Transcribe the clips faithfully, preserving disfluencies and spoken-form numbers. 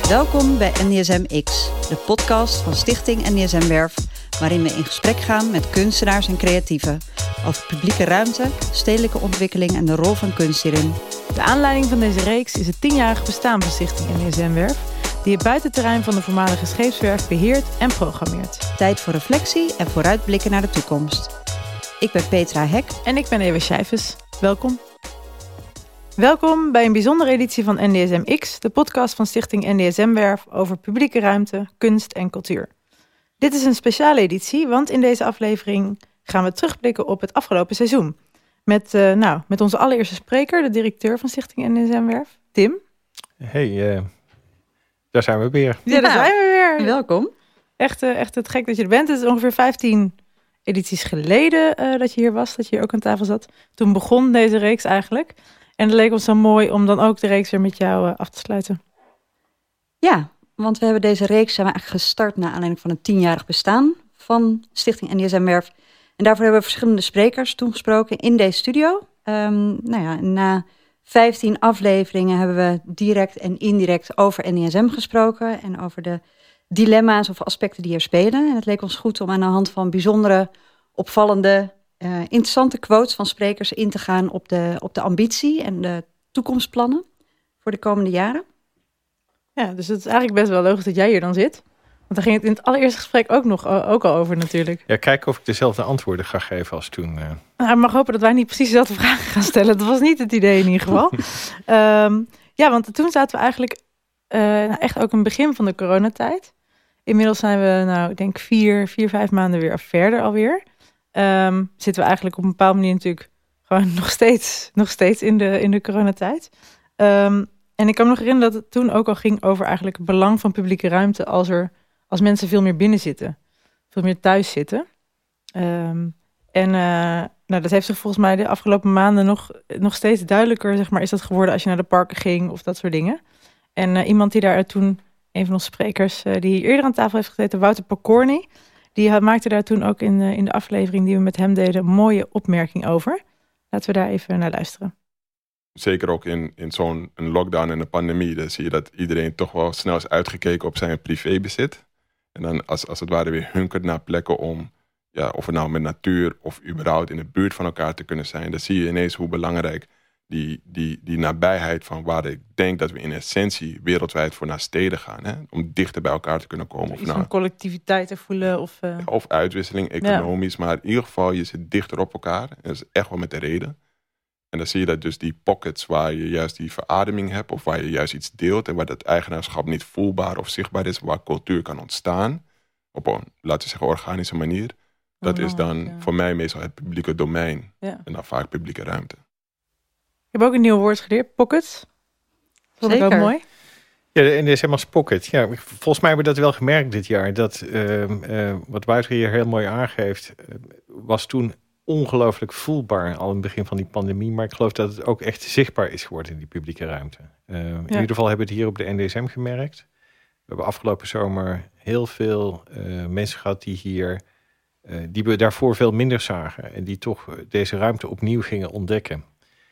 Welkom bij N D S M X, de podcast van Stichting N D S M Werf, waarin we in gesprek gaan met kunstenaars en creatieven over publieke ruimte, stedelijke ontwikkeling en de rol van kunst hierin. De aanleiding van deze reeks is het tienjarig bestaan van Stichting N D S M Werf, die het buitenterrein van de voormalige scheepswerf beheert en programmeert. Tijd voor reflectie en vooruitblikken naar de toekomst. Ik ben Petra Hek. En ik ben Ewa Schijfes. Welkom. Welkom bij een bijzondere editie van N D S M X, de podcast van Stichting N D S M Werf over publieke ruimte, kunst en cultuur. Dit is een speciale editie, want in deze aflevering gaan we terugblikken op het afgelopen seizoen. Met, uh, nou, met onze allereerste spreker, de directeur van Stichting N D S M Werf, Tim. Hey, uh, daar zijn we weer. Ja, daar zijn we weer. Welkom. Echt, uh, echt het gek dat je er bent. Het is ongeveer vijftien edities geleden uh, dat je hier was, dat je hier ook aan tafel zat. Toen begon deze reeks eigenlijk. En het leek ons zo mooi om dan ook de reeks weer met jou uh, af te sluiten. Ja, want we hebben deze reeks zijn we eigenlijk gestart naar aanleiding van het tienjarig bestaan van Stichting N D S M Werf. En daarvoor hebben we verschillende sprekers toen gesproken in deze studio. Um, nou ja, na vijftien afleveringen hebben we direct en indirect over N D S M gesproken en over de dilemma's of aspecten die er spelen. En het leek ons goed om aan de hand van bijzondere, opvallende, uh, interessante quotes van sprekers in te gaan op de, op de ambitie en de toekomstplannen voor de komende jaren. Ja, dus het is eigenlijk best wel logisch dat jij hier dan zit. Want daar ging het in het allereerste gesprek ook nog ook al over natuurlijk. Ja, kijk of ik dezelfde antwoorden ga geven als toen. Uh... Nou, ik mag hopen dat wij niet precies dezelfde vragen gaan stellen. Dat was niet het idee in ieder geval. um, ja, want toen zaten we eigenlijk uh, nou echt ook in het begin van de coronatijd. Inmiddels zijn we, nou, ik denk vier, vier, vijf maanden weer verder alweer. Um, zitten we eigenlijk op een bepaalde manier natuurlijk gewoon nog steeds, nog steeds in de, in de coronatijd. Um, en ik kan me nog herinneren dat het toen ook al ging over eigenlijk het belang van publieke ruimte als er als mensen veel meer binnen zitten, veel meer thuis zitten. Um, en uh, nou, dat heeft zich volgens mij de afgelopen maanden nog, nog steeds duidelijker, zeg maar, is dat geworden als je naar de parken ging of dat soort dingen. En uh, iemand die daar toen, een van onze sprekers, uh, die eerder aan tafel heeft gezeten, Wouter Pokorny, die uh, maakte daar toen ook in, uh, in de aflevering die we met hem deden, een mooie opmerking over. Laten we daar even naar luisteren. Zeker ook in, in zo'n een lockdown en een pandemie, dan zie je dat iedereen toch wel snel is uitgekeken op zijn privébezit. En dan als, als het ware weer hunkert naar plekken om, ja, of het nou met natuur of überhaupt in de buurt van elkaar te kunnen zijn. Dan zie je ineens hoe belangrijk die, die, die nabijheid van waar ik denk dat we in essentie wereldwijd voor naar steden gaan. Hè? Om dichter bij elkaar te kunnen komen. Iets of nou, van collectiviteit te voelen. Of, uh... of uitwisseling, economisch. Ja. Maar in ieder geval, je zit dichter op elkaar. En dat is echt wel met de reden. En dan zie je dat dus die pockets waar je juist die verademing hebt, of waar je juist iets deelt en waar dat eigenaarschap niet voelbaar of zichtbaar is, waar cultuur kan ontstaan, op een, laten we zeggen, organische manier. Dat oh, is dan ja. voor mij meestal het publieke domein. Ja. En dan vaak publieke ruimte. Ik heb ook een nieuw woord geleerd, pockets. Vond ik ook mooi. Ja, de N D S M als pocket. Ja, volgens mij hebben we dat wel gemerkt dit jaar. Dat uh, uh, wat Wouter hier heel mooi aangeeft, uh, was toen ongelooflijk voelbaar al in het begin van die pandemie. Maar ik geloof dat het ook echt zichtbaar is geworden in die publieke ruimte. Uh, ja. In ieder geval hebben we het hier op de N D S M gemerkt. We hebben afgelopen zomer heel veel uh, mensen gehad die hier, uh, die we daarvoor veel minder zagen. En die toch deze ruimte opnieuw gingen ontdekken.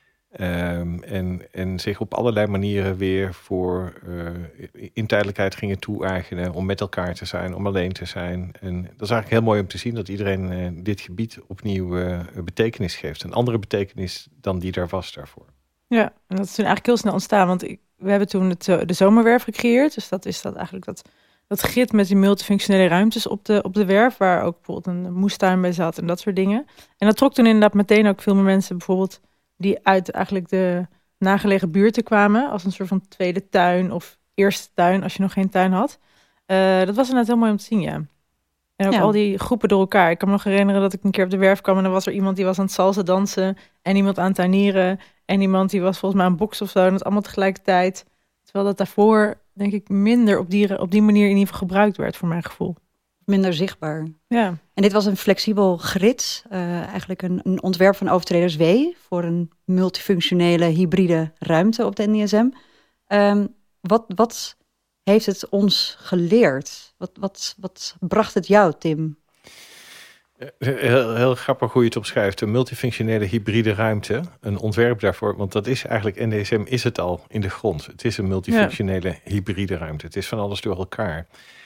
Um, en, en zich op allerlei manieren weer voor uh, in tijdelijkheid gingen toe-eigenen om met elkaar te zijn, om alleen te zijn. En dat is eigenlijk heel mooi om te zien dat iedereen uh, dit gebied opnieuw uh, betekenis geeft. Een andere betekenis dan die daar was daarvoor. Ja, en dat is toen eigenlijk heel snel ontstaan, want ik, we hebben toen het, de zomerwerf gecreëerd. Dus dat is dat eigenlijk dat, dat grid met die multifunctionele ruimtes op de, op de werf, waar ook bijvoorbeeld een moestuin bij zat en dat soort dingen. En dat trok toen inderdaad meteen ook veel meer mensen bijvoorbeeld die uit eigenlijk de nagelegen buurten kwamen, als een soort van tweede tuin of eerste tuin, als je nog geen tuin had. Uh, dat was inderdaad heel mooi om te zien, ja. En ook ja. al die groepen door elkaar. Ik kan me nog herinneren dat ik een keer op de werf kwam en dan was er iemand die was aan het salsa dansen en iemand aan het tuinieren en iemand die was volgens mij aan het boksen of zo. En dat allemaal tegelijkertijd. Terwijl dat daarvoor, denk ik, minder op die, op die manier in ieder geval gebruikt werd, voor mijn gevoel. Minder zichtbaar. Ja. En dit was een flexibel grid, uh, eigenlijk een, een ontwerp van Overtreders W voor een multifunctionele hybride ruimte op de N D S M. Um, wat, wat heeft het ons geleerd? Wat, wat, wat bracht het jou, Tim? Heel, heel grappig hoe je het opschrijft. Een multifunctionele hybride ruimte. Een ontwerp daarvoor. Want dat is eigenlijk, N D S M is het al in de grond. Het is een multifunctionele ja. hybride ruimte. Het is van alles door elkaar.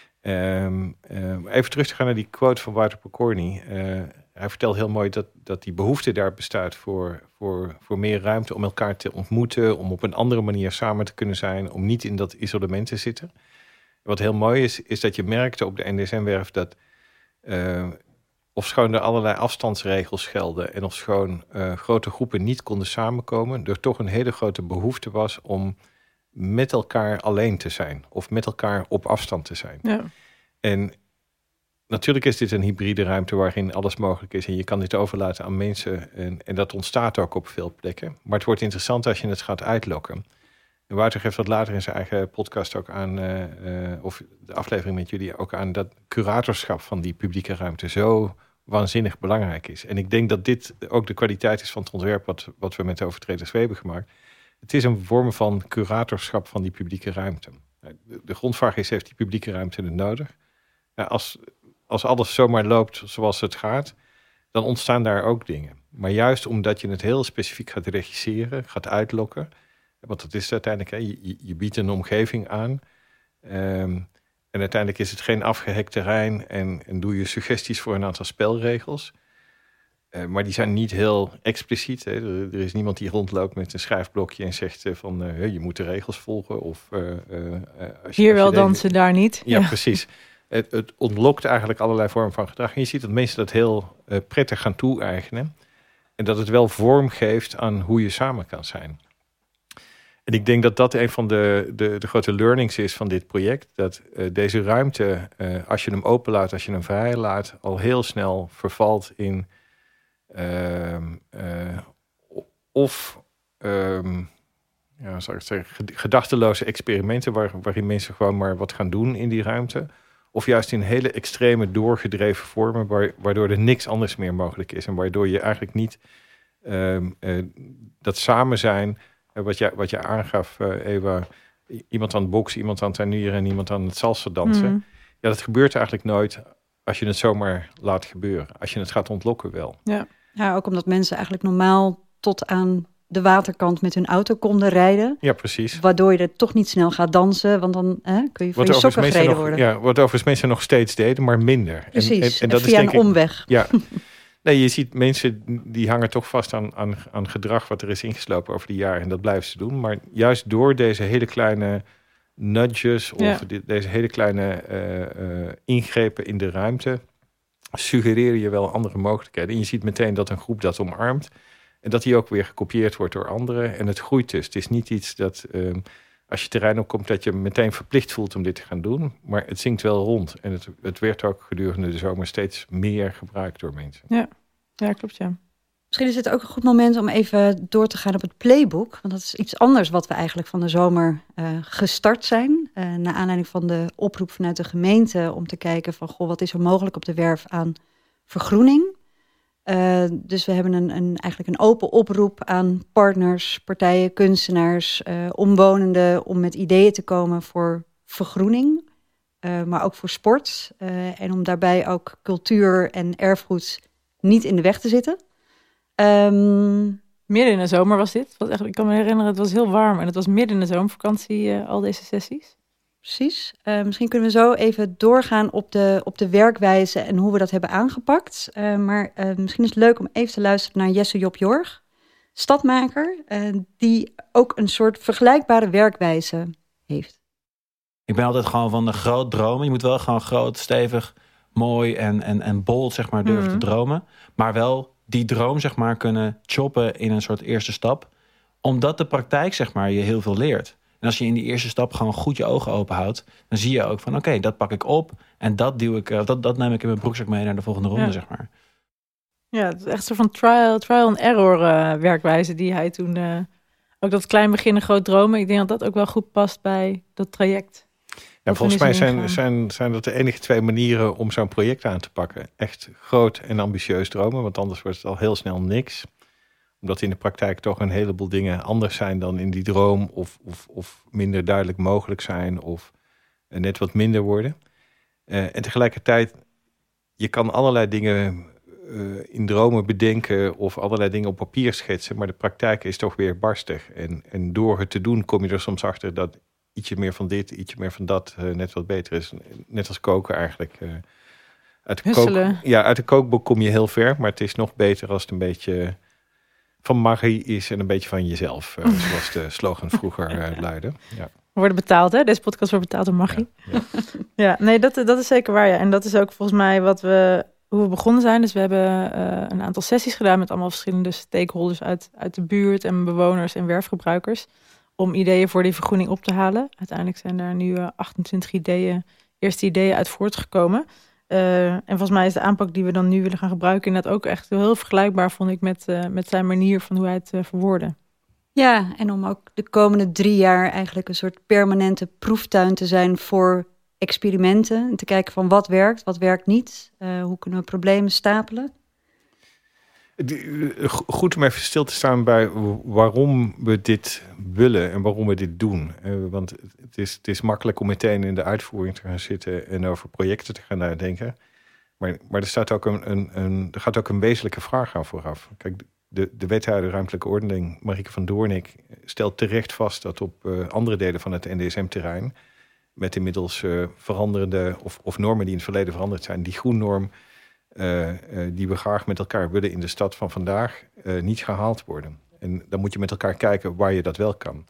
Um, um, even terug te gaan naar die quote van Wouter Pokorny. Uh, hij vertelt heel mooi dat, dat die behoefte daar bestaat voor, voor, voor meer ruimte om elkaar te ontmoeten. Om op een andere manier samen te kunnen zijn. Om niet in dat isolement te zitten. Wat heel mooi is, is dat je merkte op de N D S M-werf dat... Uh, ofschoon er allerlei afstandsregels gelden en ofschoon uh, grote groepen niet konden samenkomen, er toch een hele grote behoefte was om met elkaar alleen te zijn of met elkaar op afstand te zijn. Ja. En natuurlijk is dit een hybride ruimte waarin alles mogelijk is en je kan dit overlaten aan mensen en, en dat ontstaat ook op veel plekken. Maar het wordt interessant als je het gaat uitlokken. En Wouter geeft dat later in zijn eigen podcast ook aan, uh, uh, of de aflevering met jullie ook aan, dat curatorschap van die publieke ruimte zo waanzinnig belangrijk is. En ik denk dat dit ook de kwaliteit is van het ontwerp wat, wat we met de overtreders twee hebben gemaakt. Het is een vorm van curatorschap van die publieke ruimte. De, de grondvraag is, heeft die publieke ruimte het nodig? Ja, als, als alles zomaar loopt zoals het gaat, dan ontstaan daar ook dingen. Maar juist omdat je het heel specifiek gaat regisseren, gaat uitlokken, want dat is uiteindelijk, hè, je, je biedt een omgeving aan. Um, en uiteindelijk is het geen afgehekt terrein en, en doe je suggesties voor een aantal spelregels. Uh, maar die zijn niet heel expliciet. Hè. Er, er is niemand die rondloopt met een schrijfblokje en zegt uh, van uh, je moet de regels volgen. Of, uh, uh, als je, Hier wel als je dansen, deze... daar niet. Ja, ja. precies. Het, het ontlokt eigenlijk allerlei vormen van gedrag. En je ziet dat mensen dat heel uh, prettig gaan toe-eigenen. En dat het wel vorm geeft aan hoe je samen kan zijn. En ik denk dat dat een van de, de, de grote learnings is van dit project. Dat uh, deze ruimte, uh, als je hem openlaat, als je hem vrij laat, al heel snel vervalt in uh, uh, of um, ja, zou ik zeggen, gedachteloze experimenten waar, waarin mensen gewoon maar wat gaan doen in die ruimte. Of juist in hele extreme doorgedreven vormen, waar, waardoor er niks anders meer mogelijk is. En waardoor je eigenlijk niet uh, uh, dat samen zijn. Wat je, wat je aangaf, uh, Ewa, iemand aan het boksen, iemand aan het tuinieren en iemand aan het salsa dansen. Mm. Ja, dat gebeurt eigenlijk nooit als je het zomaar laat gebeuren. Als je het gaat ontlokken wel. Ja, ja, ook omdat mensen eigenlijk normaal tot aan de waterkant met hun auto konden rijden. Ja, precies. Waardoor je er toch niet snel gaat dansen, want dan hè, kun je voor wat je sokken gereden nog, worden. Ja, wat overigens mensen nog steeds deden, maar minder. Precies, en, en, en dat via is, denk een omweg. Ik, ja. Nee, je ziet mensen die hangen toch vast aan, aan, aan gedrag wat er is ingeslopen over de jaren. En dat blijven ze doen. Maar juist door deze hele kleine nudges of ja. de, deze hele kleine uh, uh, ingrepen in de ruimte suggereer je wel andere mogelijkheden. En je ziet meteen dat een groep dat omarmt. En dat die ook weer gekopieerd wordt door anderen. En het groeit dus. Het is niet iets dat uh, als je terrein opkomt dat je meteen verplicht voelt om dit te gaan doen. Maar het zinkt wel rond. En het, het werd ook gedurende de zomer steeds meer gebruikt door mensen. Ja, ja klopt ja. Misschien is het ook een goed moment om even door te gaan op het playbook. Want dat is iets anders wat we eigenlijk van de zomer uh, gestart zijn. Uh, naar aanleiding van de oproep vanuit de gemeente om te kijken van goh, wat is er mogelijk op de werf aan vergroening. Uh, dus we hebben een, een, eigenlijk een open oproep aan partners, partijen, kunstenaars, uh, omwonenden om met ideeën te komen voor vergroening, uh, maar ook voor sport. Uh, en om daarbij ook cultuur en erfgoed niet in de weg te zitten. Um, midden in de zomer was dit. Was echt, ik kan me herinneren, het was heel warm en het was midden in de zomervakantie, uh, al deze sessies. Precies. Uh, misschien kunnen we zo even doorgaan op de, op de werkwijze en hoe we dat hebben aangepakt. Uh, maar uh, misschien is het leuk om even te luisteren naar Jesse Job Jorg, stadmaker, uh, die ook een soort vergelijkbare werkwijze heeft. Ik ben altijd gewoon van de groot dromen. Je moet wel gewoon groot, stevig, mooi en, en, en bold zeg maar durven mm. te dromen. Maar wel die droom zeg maar kunnen choppen in een soort eerste stap. Omdat de praktijk zeg maar je heel veel leert. En als je in die eerste stap gewoon goed je ogen open houdt, dan zie je ook van oké, okay, dat pak ik op en dat duw ik, uh, dat, dat neem ik in mijn broekzak mee naar de volgende ronde, ja. zeg maar. Ja, het is echt zo van trial, trial and error uh, werkwijze die hij toen uh, ook dat klein beginnen, groot dromen. Ik denk dat dat ook wel goed past bij dat traject. Ja, volgens mij zijn, zijn, zijn dat de enige twee manieren om zo'n project aan te pakken. Echt groot en ambitieus dromen, want anders wordt het al heel snel niks. Omdat in de praktijk toch een heleboel dingen anders zijn dan in die droom. Of, of, of minder duidelijk mogelijk zijn. Of net wat minder worden. Uh, en tegelijkertijd, je kan allerlei dingen uh, in dromen bedenken of allerlei dingen op papier schetsen. Maar de praktijk is toch weer barstig. En, en door het te doen kom je er soms achter dat ietsje meer van dit, ietsje meer van dat uh, net wat beter is. Net als koken eigenlijk. Uh, uit, de kook, ja, uit de kookboek kom je heel ver, maar het is nog beter als het een beetje van magie is en een beetje van jezelf. Uh, zoals de slogan vroeger uh, luidde. Ja. We worden betaald, hè? Deze podcast wordt betaald door magie. Ja, ja. ja nee, dat, dat is zeker waar. Ja. En dat is ook volgens mij wat we, hoe we begonnen zijn. Dus we hebben uh, een aantal sessies gedaan met allemaal verschillende stakeholders uit, uit de buurt en bewoners en werfgebruikers. Om ideeën voor die vergroening op te halen. Uiteindelijk zijn daar nu uh, achtentwintig ideeën, eerste ideeën uit voortgekomen. Uh, en volgens mij is de aanpak die we dan nu willen gaan gebruiken inderdaad ook echt heel vergelijkbaar, vond ik, met, uh, met zijn manier van hoe hij het uh, verwoordde. Ja, en om ook de komende drie jaar eigenlijk een soort permanente proeftuin te zijn voor experimenten. En te kijken van wat werkt, wat werkt niet. Uh, hoe kunnen we problemen stapelen? Goed om even stil te staan bij waarom we dit willen en waarom we dit doen. Want het is, het is makkelijk om meteen in de uitvoering te gaan zitten en over projecten te gaan nadenken. Maar, maar er, staat ook een, een, een, er gaat ook een wezenlijke vraag aan vooraf. Kijk, de, de wethouder ruimtelijke ordening, Marieke van Doornik, stelt terecht vast dat op uh, andere delen van het N D S M-terrein, met inmiddels uh, veranderende of, of normen die in het verleden veranderd zijn, die groennorm Uh, uh, die we graag met elkaar willen in de stad van vandaag uh, niet gehaald worden. En dan moet je met elkaar kijken waar je dat wel kan.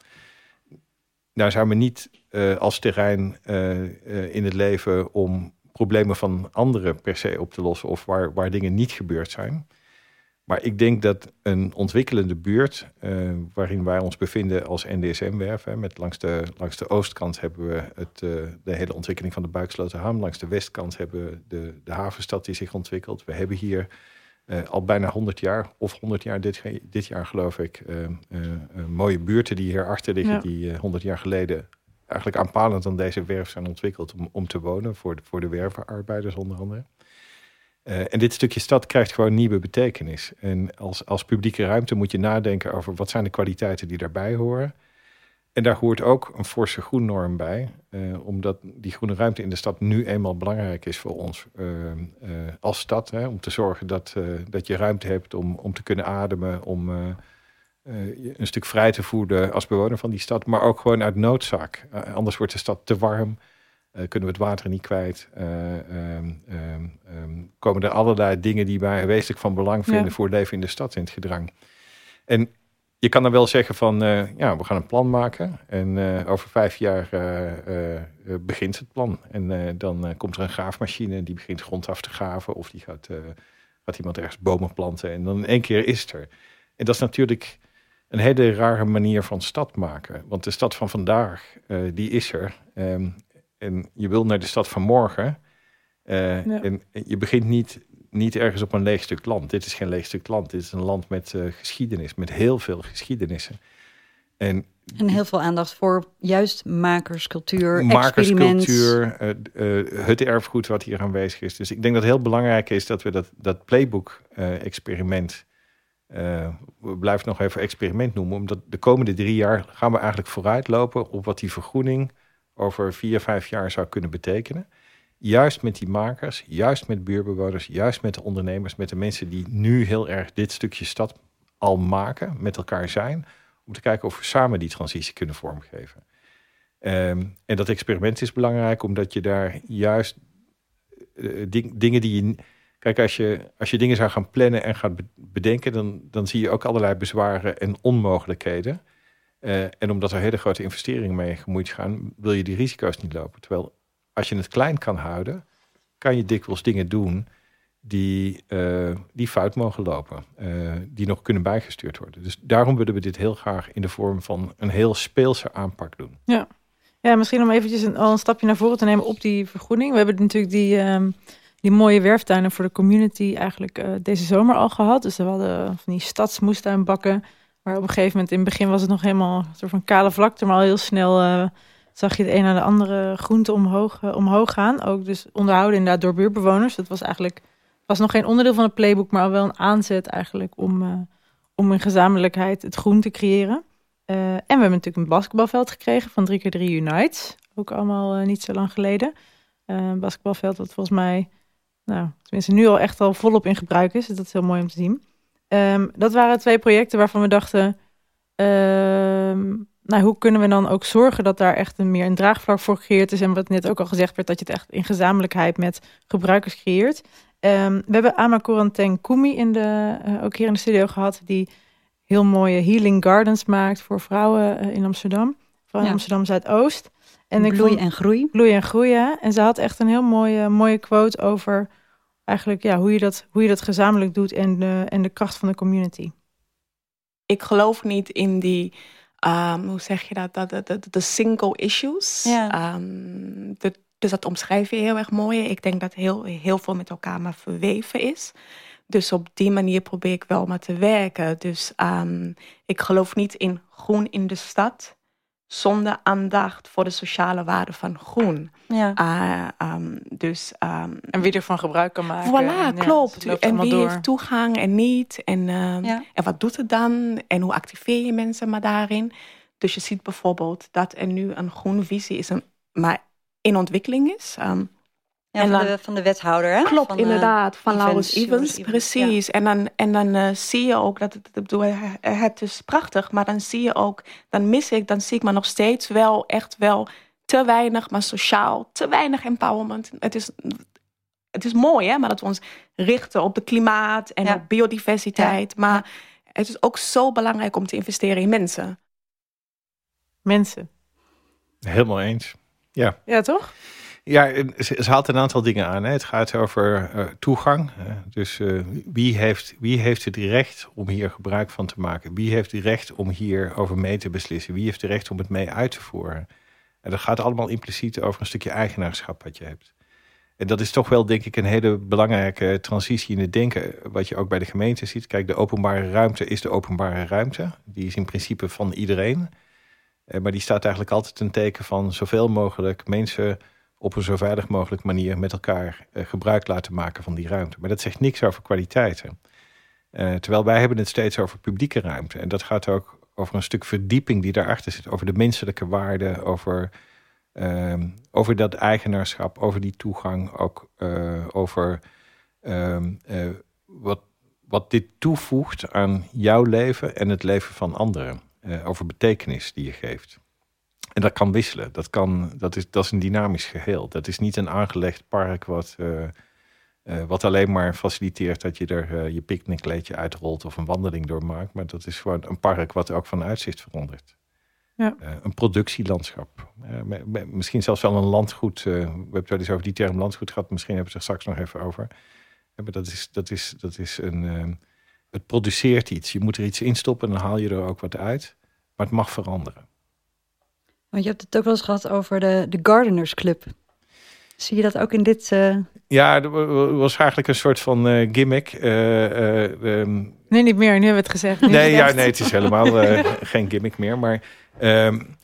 Nou zijn we niet uh, als terrein uh, uh, in het leven om problemen van anderen per se op te lossen of waar, waar dingen niet gebeurd zijn. Maar ik denk dat een ontwikkelende buurt, uh, waarin wij ons bevinden als N D S M-werf, hè, met langs de, langs de oostkant hebben we het, uh, de hele ontwikkeling van de Buiksloterham. Langs de westkant hebben we de, de havenstad die zich ontwikkelt. We hebben hier uh, al bijna honderd jaar, of honderd jaar dit, dit jaar geloof ik, uh, uh, uh, mooie buurten die hierachter liggen, ja. die uh, honderd jaar geleden eigenlijk aanpalend aan deze werf zijn ontwikkeld om, om te wonen, voor de, voor de wervenarbeiders onder andere. Uh, en dit stukje stad krijgt gewoon nieuwe betekenis. En als, als publieke ruimte moet je nadenken over wat zijn de kwaliteiten die daarbij horen. En daar hoort ook een forse groennorm bij. Uh, omdat die groene ruimte in de stad nu eenmaal belangrijk is voor ons uh, uh, als stad. Hè, om te zorgen dat, uh, dat je ruimte hebt om, om te kunnen ademen. Om uh, uh, een stuk vrij te voelen als bewoner van die stad. Maar ook gewoon uit noodzaak. Uh, anders wordt de stad te warm. Uh, kunnen we het water niet kwijt. Uh, um, um, um, komen er allerlei dingen die wij wezenlijk van belang vinden... Ja. voor het leven in de stad in het gedrang. En je kan dan wel zeggen van... Uh, ja, we gaan een plan maken. En uh, over vijf jaar uh, uh, uh, begint het plan. En uh, dan uh, komt er een graafmachine... die begint grond af te graven. Of die gaat, uh, gaat iemand ergens bomen planten. En dan in één keer is het er. En dat is natuurlijk... een hele rare manier van stad maken. Want de stad van vandaag, uh, die is er... Um, En je wil naar de stad van morgen. Uh, ja. En je begint niet, niet ergens op een leeg stuk land. Dit is geen leeg stuk land. Dit is een land met uh, geschiedenis. Met heel veel geschiedenissen. En, en heel veel aandacht voor juist makerscultuur, makerscultuur, uh, uh, het erfgoed wat hier aanwezig is. Dus ik denk dat het heel belangrijk is dat we dat, dat playbook-experiment... Uh, uh, we blijven nog even experiment noemen. Omdat de komende drie jaar gaan we eigenlijk vooruitlopen op wat die vergroening... over vier, vijf jaar zou kunnen betekenen. Juist met die makers, juist met buurbewoners, juist met de ondernemers, met de mensen die nu heel erg dit stukje stad al maken, met elkaar zijn, om te kijken of we samen die transitie kunnen vormgeven. Um, en dat experiment is belangrijk, omdat je daar juist uh, ding, dingen die je... Kijk, als je, als je dingen zou gaan plannen en gaat bedenken, dan, dan zie je ook allerlei bezwaren en onmogelijkheden. Uh, en omdat er hele grote investeringen mee gemoeid gaan, wil je die risico's niet lopen. Terwijl als je het klein kan houden, kan je dikwijls dingen doen die, uh, die fout mogen lopen. Uh, die nog kunnen bijgestuurd worden. Dus daarom willen we dit heel graag in de vorm van een heel speelse aanpak doen. Ja, ja misschien om eventjes een, al een stapje naar voren te nemen op die vergroening. We hebben natuurlijk die, um, die mooie werftuinen voor de community eigenlijk uh, deze zomer al gehad. Dus we hadden van die stadsmoestuinbakken. Maar op een gegeven moment, in het begin was het nog helemaal een soort van kale vlakte. Maar al heel snel uh, zag je de een naar de andere groente omhoog, uh, omhoog gaan. Ook dus onderhouden inderdaad door buurtbewoners. Dat was eigenlijk was nog geen onderdeel van het playbook, maar wel een aanzet eigenlijk om, uh, om in gezamenlijkheid het groen te creëren. Uh, en we hebben natuurlijk een basketbalveld gekregen van drie keer drie Unites. Ook allemaal uh, niet zo lang geleden. Uh, een basketbalveld wat volgens mij nou, tenminste nu al echt al volop in gebruik is. Dus dat is heel mooi om te zien. Um, dat waren twee projecten waarvan we dachten... Um, nou, hoe kunnen we dan ook zorgen dat daar echt een meer een draagvlak voor gecreëerd is? En wat net ook al gezegd werd, dat je het echt in gezamenlijkheid met gebruikers creëert. Um, we hebben Ama Koranteng Kumi in de, uh, ook hier in de studio gehad, die heel mooie healing gardens maakt voor vrouwen uh, in Amsterdam. Van ja. Amsterdam Zuidoost. En bloei vond, en groei. Bloei en groei, ja. En ze had echt een heel mooie, mooie quote over eigenlijk ja, hoe je dat, hoe je dat gezamenlijk doet en de, en de kracht van de community. Ik geloof niet in die, um, hoe zeg je dat, de, de, de single issues. Ja. Um, de, dus dat omschrijf je heel erg mooi. Ik denk dat heel, heel veel met elkaar maar verweven is. Dus op die manier probeer ik wel maar te werken. Dus um, ik geloof niet in groen in de stad zonder aandacht voor de sociale waarde van groen. Ja. Uh, um, dus, um, en wie ervan gebruik kan maken. Voilà, ja, klopt. En wie door. heeft toegang en niet. En, uh, ja. en wat doet het dan? En hoe activeer je mensen maar daarin? Dus je ziet bijvoorbeeld dat er nu een groene visie is, een, maar in ontwikkeling is. Um, Ja, en van, dan, de, van de wethouder, hè? Klopt, van, inderdaad. Van Laurens Evans, precies. Ja. En dan, en dan uh, zie je ook, dat het, bedoel, het is prachtig, maar dan zie je ook, dan mis ik, dan zie ik maar nog steeds wel, echt wel te weinig, maar sociaal, te weinig empowerment. Het is, het is mooi, hè, maar dat we ons richten op het klimaat en ja. op biodiversiteit. Ja. Maar het is ook zo belangrijk om te investeren in mensen. Mensen. Helemaal eens. Ja. Ja, toch? Ja, ze, ze haalt een aantal dingen aan. Hè. Het gaat over uh, toegang. Uh, dus uh, wie, heeft, wie heeft het recht om hier gebruik van te maken? Wie heeft het recht om hier over mee te beslissen? Wie heeft het recht om het mee uit te voeren? En dat gaat allemaal impliciet over een stukje eigenaarschap wat je hebt. En dat is toch wel, denk ik, een hele belangrijke transitie in het denken. Wat je ook bij de gemeente ziet. Kijk, de openbare ruimte is de openbare ruimte. Die is in principe van iedereen. Uh, maar die staat eigenlijk altijd ten teken van zoveel mogelijk mensen op een zo veilig mogelijk manier met elkaar uh, gebruik laten maken van die ruimte. Maar dat zegt niks over kwaliteiten. Uh, terwijl wij hebben het steeds over publieke ruimte. En dat gaat ook over een stuk verdieping die daarachter zit. Over de menselijke waarde, over, uh, over dat eigenaarschap, over die toegang. Ook uh, over uh, uh, wat, wat dit toevoegt aan jouw leven en het leven van anderen. Uh, over betekenis die je geeft. En dat kan wisselen. Dat, kan, dat, is, dat is een dynamisch geheel. Dat is niet een aangelegd park wat, uh, uh, wat alleen maar faciliteert dat je er uh, je picknickkleedje uitrolt of een wandeling doormaakt. Maar dat is gewoon een park wat ook van uitzicht verandert. Ja. Uh, een productielandschap. Uh, me, me, misschien zelfs wel een landgoed. Uh, we hebben het wel eens over die term landgoed gehad. Misschien hebben we het er straks nog even over. Uh, maar dat is, dat is, dat is een... Uh, het produceert iets. Je moet er iets in stoppen en dan haal je er ook wat uit. Maar het mag veranderen. Want je hebt het ook wel eens gehad over de, de Gardeners Club. Zie je dat ook in dit... Uh... Ja, dat was eigenlijk een soort van uh, gimmick. Uh, uh, um... Nee, niet meer. Nu hebben we het gezegd. Nu nee, ja, nee, het is helemaal uh, geen gimmick meer. Maar um,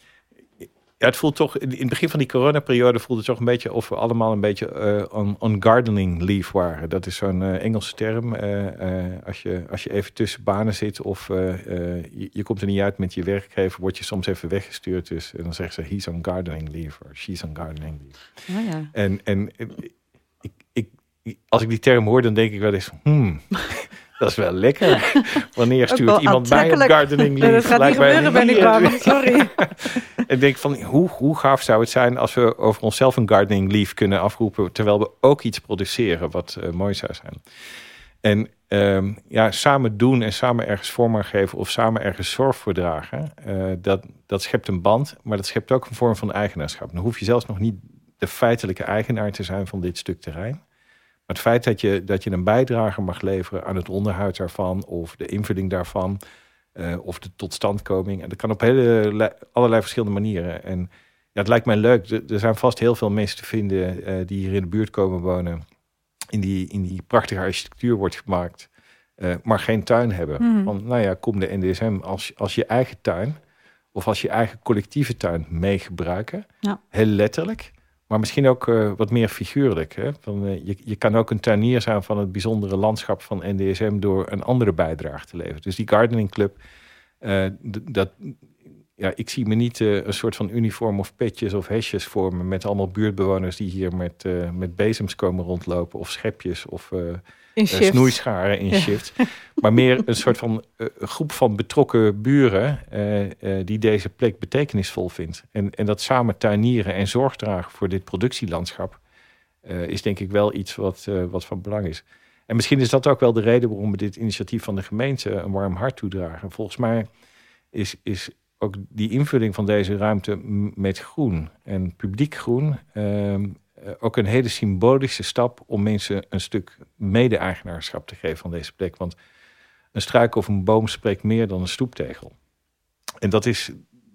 ja, het voelt toch... In het begin van die coronaperiode voelde het toch een beetje... of we allemaal een beetje uh, on, on gardening leave waren. Dat is zo'n uh, Engelse term. Uh, uh, als, je, als je even tussen banen zit of uh, uh, je, je komt er niet uit met je werkgever... word je soms even weggestuurd. Dus, en dan zeggen ze, he's on gardening leave of she's on gardening leave. Oh ja. En, en ik, ik, als ik die term hoor, dan denk ik wel eens... Hmm, dat is wel lekker. Wanneer stuurt iemand mij op gardening leave? Dat gaat niet gebeuren, ben ik bang. Sorry. Ik denk van, hoe, hoe gaaf zou het zijn als we over onszelf een gardening leave kunnen afroepen, terwijl we ook iets produceren wat uh, mooi zou zijn. En um, ja, samen doen en samen ergens vorm aan geven of samen ergens zorg voor dragen, uh, dat, dat schept een band, maar dat schept ook een vorm van eigenaarschap. Dan hoef je zelfs nog niet de feitelijke eigenaar te zijn van dit stuk terrein. Maar het feit dat je, dat je een bijdrage mag leveren aan het onderhoud daarvan of de invulling daarvan, Uh, of de totstandkoming. En dat kan op hele, allerlei verschillende manieren. En ja, het lijkt mij leuk. Er, er zijn vast heel veel mensen te vinden uh, die hier in de buurt komen wonen. In die, in die prachtige architectuur wordt gemaakt. Uh, maar geen tuin hebben. Mm. Want nou ja, kom de N D S M als, als je eigen tuin. Of als je eigen collectieve tuin mee gebruiken. Ja. Heel letterlijk. Maar misschien ook uh, wat meer figuurlijk. Hè? Van, uh, je, je kan ook een tuinier zijn van het bijzondere landschap van N D S M... door een andere bijdrage te leveren. Dus die gardening club, uh, d- dat, ja, ik zie me niet uh, een soort van uniform of petjes of hesjes vormen met allemaal buurtbewoners die hier met, uh, met bezems komen rondlopen of schepjes of uh, uh, snoeischaren in ja. shifts. Maar meer een soort van uh, groep van betrokken buren uh, uh, die deze plek betekenisvol vindt. En, en dat samen tuinieren en zorg dragen voor dit productielandschap uh, is denk ik wel iets wat, uh, wat van belang is. En misschien is dat ook wel de reden waarom we dit initiatief van de gemeente een warm hart toedragen. Volgens mij is, is ook die invulling van deze ruimte met groen en publiek groen uh, ook een hele symbolische stap om mensen een stuk mede-eigenaarschap te geven van deze plek. Want een struik of een boom spreekt meer dan een stoeptegel. En dat is,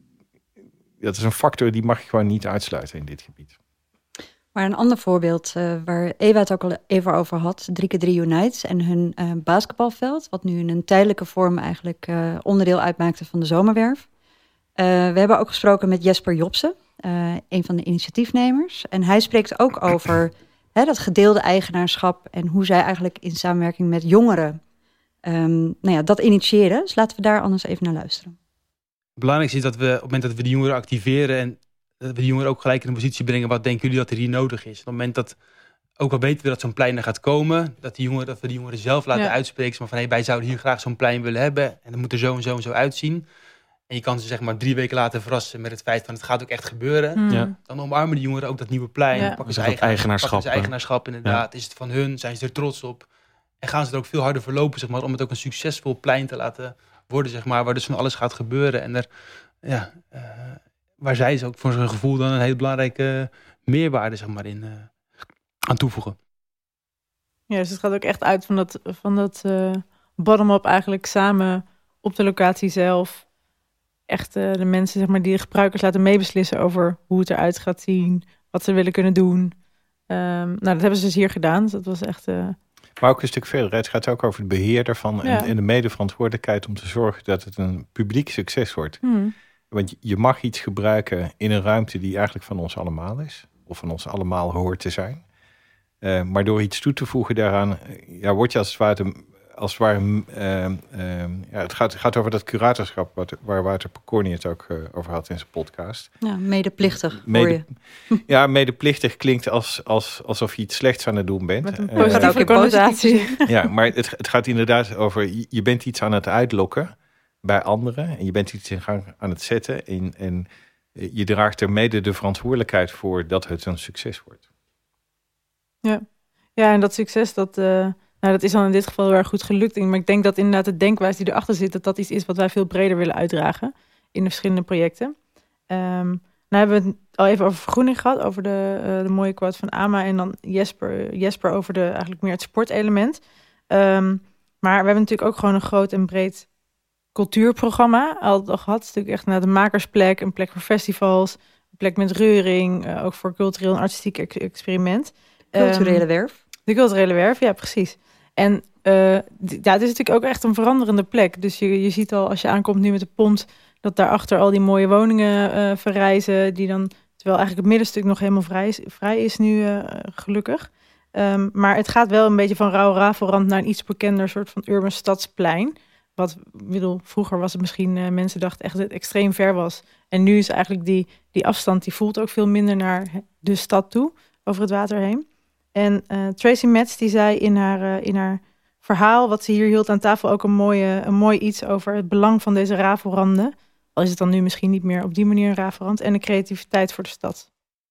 dat is een factor die mag je gewoon niet uitsluiten in dit gebied. Maar een ander voorbeeld uh, waar Ewa het ook al even over had, drie keer drie Unites en hun uh, basketbalveld, wat nu in een tijdelijke vorm eigenlijk uh, onderdeel uitmaakte van de zomerwerf. Uh, we hebben ook gesproken met Jesper Jobsen, uh, een van de initiatiefnemers. En hij spreekt ook over hè, dat gedeelde eigenaarschap en hoe zij eigenlijk in samenwerking met jongeren um, nou ja, dat initiëren. Dus laten we daar anders even naar luisteren. Het belangrijkste is dat we op het moment dat we de jongeren activeren en dat we de jongeren ook gelijk in een positie brengen, wat denken jullie dat er hier nodig is? Op het moment dat, ook al weten we dat zo'n plein er gaat komen, dat, die jongeren, dat we de jongeren zelf laten ja. uitspreken. Maar van, hey, wij zouden hier graag zo'n plein willen hebben en dat moet er zo en zo en zo uitzien. En je kan ze zeg maar drie weken later verrassen met het feit van het gaat ook echt gebeuren. Mm. Ja. Dan omarmen de jongeren ook dat nieuwe plein. Ja. Pakken ze eigen, eigenaarschap. Pakken ze eigenaarschap inderdaad. Ja. Is het van hun? Zijn ze er trots op? En gaan ze er ook veel harder voor lopen, zeg maar, om het ook een succesvol plein te laten worden, zeg maar, waar dus van alles gaat gebeuren. En er, ja, uh, waar zij ze ook voor zijn gevoel dan een hele belangrijke meerwaarde, zeg maar, in uh, aan toevoegen. Ja, dus het gaat ook echt uit van dat, van dat uh, bottom-up eigenlijk samen op de locatie zelf. Echt uh, de mensen, zeg maar, die de gebruikers laten meebeslissen over hoe het eruit gaat zien, wat ze willen kunnen doen. Um, nou, dat hebben ze dus hier gedaan. Dus dat was echt. Uh... Maar ook een stuk verder. Het gaat ook over het beheer ervan ja. en, en de medeverantwoordelijkheid om te zorgen dat het een publiek succes wordt. Hmm. Want je mag iets gebruiken in een ruimte die eigenlijk van ons allemaal is, of van ons allemaal hoort te zijn. Uh, maar door iets toe te voegen daaraan, ja, word je als het ware. Als het ware, uh, uh, ja, het, gaat, het gaat over dat curatorschap wat, waar Wouter Pokorny het ook uh, over had in zijn podcast. Ja, medeplichtig Mede, hoor je. Ja, medeplichtig klinkt als, als, alsof je iets slechts aan het doen bent. Met een positieve uh, connotatie. Ja, maar het, het gaat inderdaad over, je bent iets aan het uitlokken bij anderen. En je bent iets in gang aan het zetten. En, en je draagt er mede de verantwoordelijkheid voor dat het een succes wordt. Ja, ja en dat succes, dat... Uh... Nou, dat is dan in dit geval heel erg goed gelukt. Maar ik denk dat inderdaad de denkwijze die erachter zit, dat dat iets is wat wij veel breder willen uitdragen in de verschillende projecten. Um, nou hebben we het al even over vergroening gehad, over de, uh, de mooie quote van Ama en dan Jesper, Jesper over de, eigenlijk meer het sportelement. Um, maar we hebben natuurlijk ook gewoon een groot en breed cultuurprogramma al, al gehad. Het is natuurlijk echt naar de makersplek, een plek voor festivals, een plek met reuring, uh, ook voor cultureel en artistiek ex- experiment. Culturele um, werf. De culturele werf, ja precies. En uh, d- ja, het is natuurlijk ook echt een veranderende plek. Dus je, je ziet al als je aankomt nu met de pont, dat daarachter al die mooie woningen uh, verrijzen. Die dan, terwijl eigenlijk het middenstuk nog helemaal vrij is, vrij is nu uh, gelukkig. Um, maar het gaat wel een beetje van rauw rafelrand naar een iets bekender soort van urban stadsplein. Wat, bedoel, vroeger was het misschien, uh, mensen dachten echt dat het extreem ver was. En nu is eigenlijk die, die afstand, die voelt ook veel minder naar de stad toe, over het water heen. En uh, Tracy Metz die zei in haar, uh, in haar verhaal, wat ze hier hield aan tafel, ook een, mooie, een mooi iets over het belang van deze rafelranden. Al is het dan nu misschien niet meer op die manier een rafelrand. En de creativiteit voor de stad.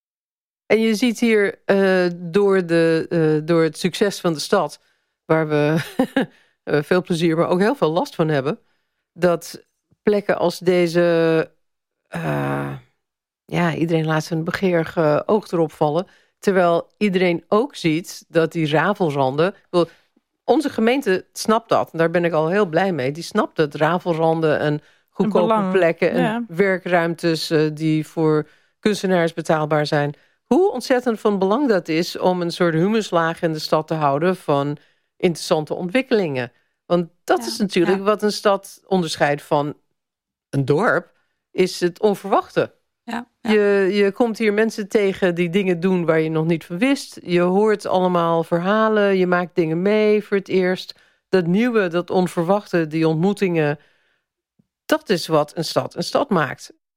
En je ziet hier uh, door, de, uh, door het succes van de stad, waar we veel plezier, maar ook heel veel last van hebben, dat plekken als deze, uh, ja, iedereen laat zijn begeerige oog erop vallen. Terwijl iedereen ook ziet dat die rafelranden... Onze gemeente snapt dat. En daar ben ik al heel blij mee. Die snapt dat rafelranden en goedkope plekken en ja. werkruimtes uh, die voor kunstenaars betaalbaar zijn. Hoe ontzettend van belang dat is om een soort humuslaag in de stad te houden van interessante ontwikkelingen. Want dat ja, is natuurlijk ja. wat een stad onderscheidt van een dorp, is het onverwachte. Ja, ja. Je, je komt hier mensen tegen die dingen doen waar je nog niet van wist. Je hoort allemaal verhalen, je maakt dingen mee voor het eerst. Dat nieuwe, dat onverwachte, die ontmoetingen, dat is wat een stad een stad maakt.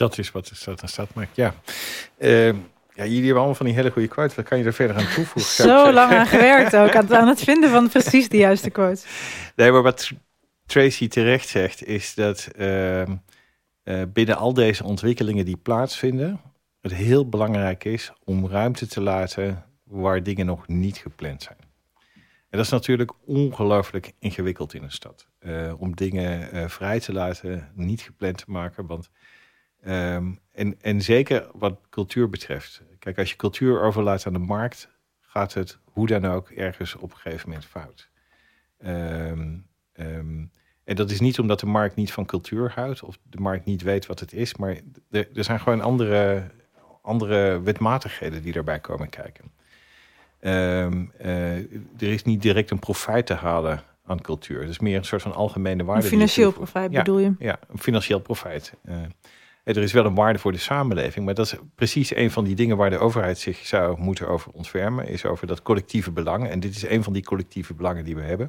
Dat is wat de stad een stad maakt, ja. Uh, ja. Jullie hebben allemaal van die hele goede quotes. Wat kan je er verder aan toevoegen? Zo lang aan gewerkt ook. Aan, aan het vinden van precies de juiste quotes. Nee, maar wat Tracy terecht zegt, is dat uh, uh, binnen al deze ontwikkelingen die plaatsvinden, het heel belangrijk is om ruimte te laten waar dingen nog niet gepland zijn. En dat is natuurlijk ongelooflijk ingewikkeld in een stad. Uh, om dingen uh, vrij te laten, niet gepland te maken. Want, um, en, en zeker wat cultuur betreft. Kijk, als je cultuur overlaat aan de markt, gaat het hoe dan ook ergens op een gegeven moment fout. Um, um, en dat is niet omdat de markt niet van cultuur houdt of de markt niet weet wat het is. Maar er, er zijn gewoon andere, andere wetmatigheden die daarbij komen kijken. Um, uh, er is niet direct een profijt te halen aan cultuur. Het is meer een soort van algemene waarde. Een financieel profijt bedoel je? Ja, een financieel profijt. Uh, er is wel een waarde voor de samenleving, maar dat is precies een van die dingen waar de overheid zich zou moeten over ontfermen, is over dat collectieve belang. En dit is een van die collectieve belangen die we hebben.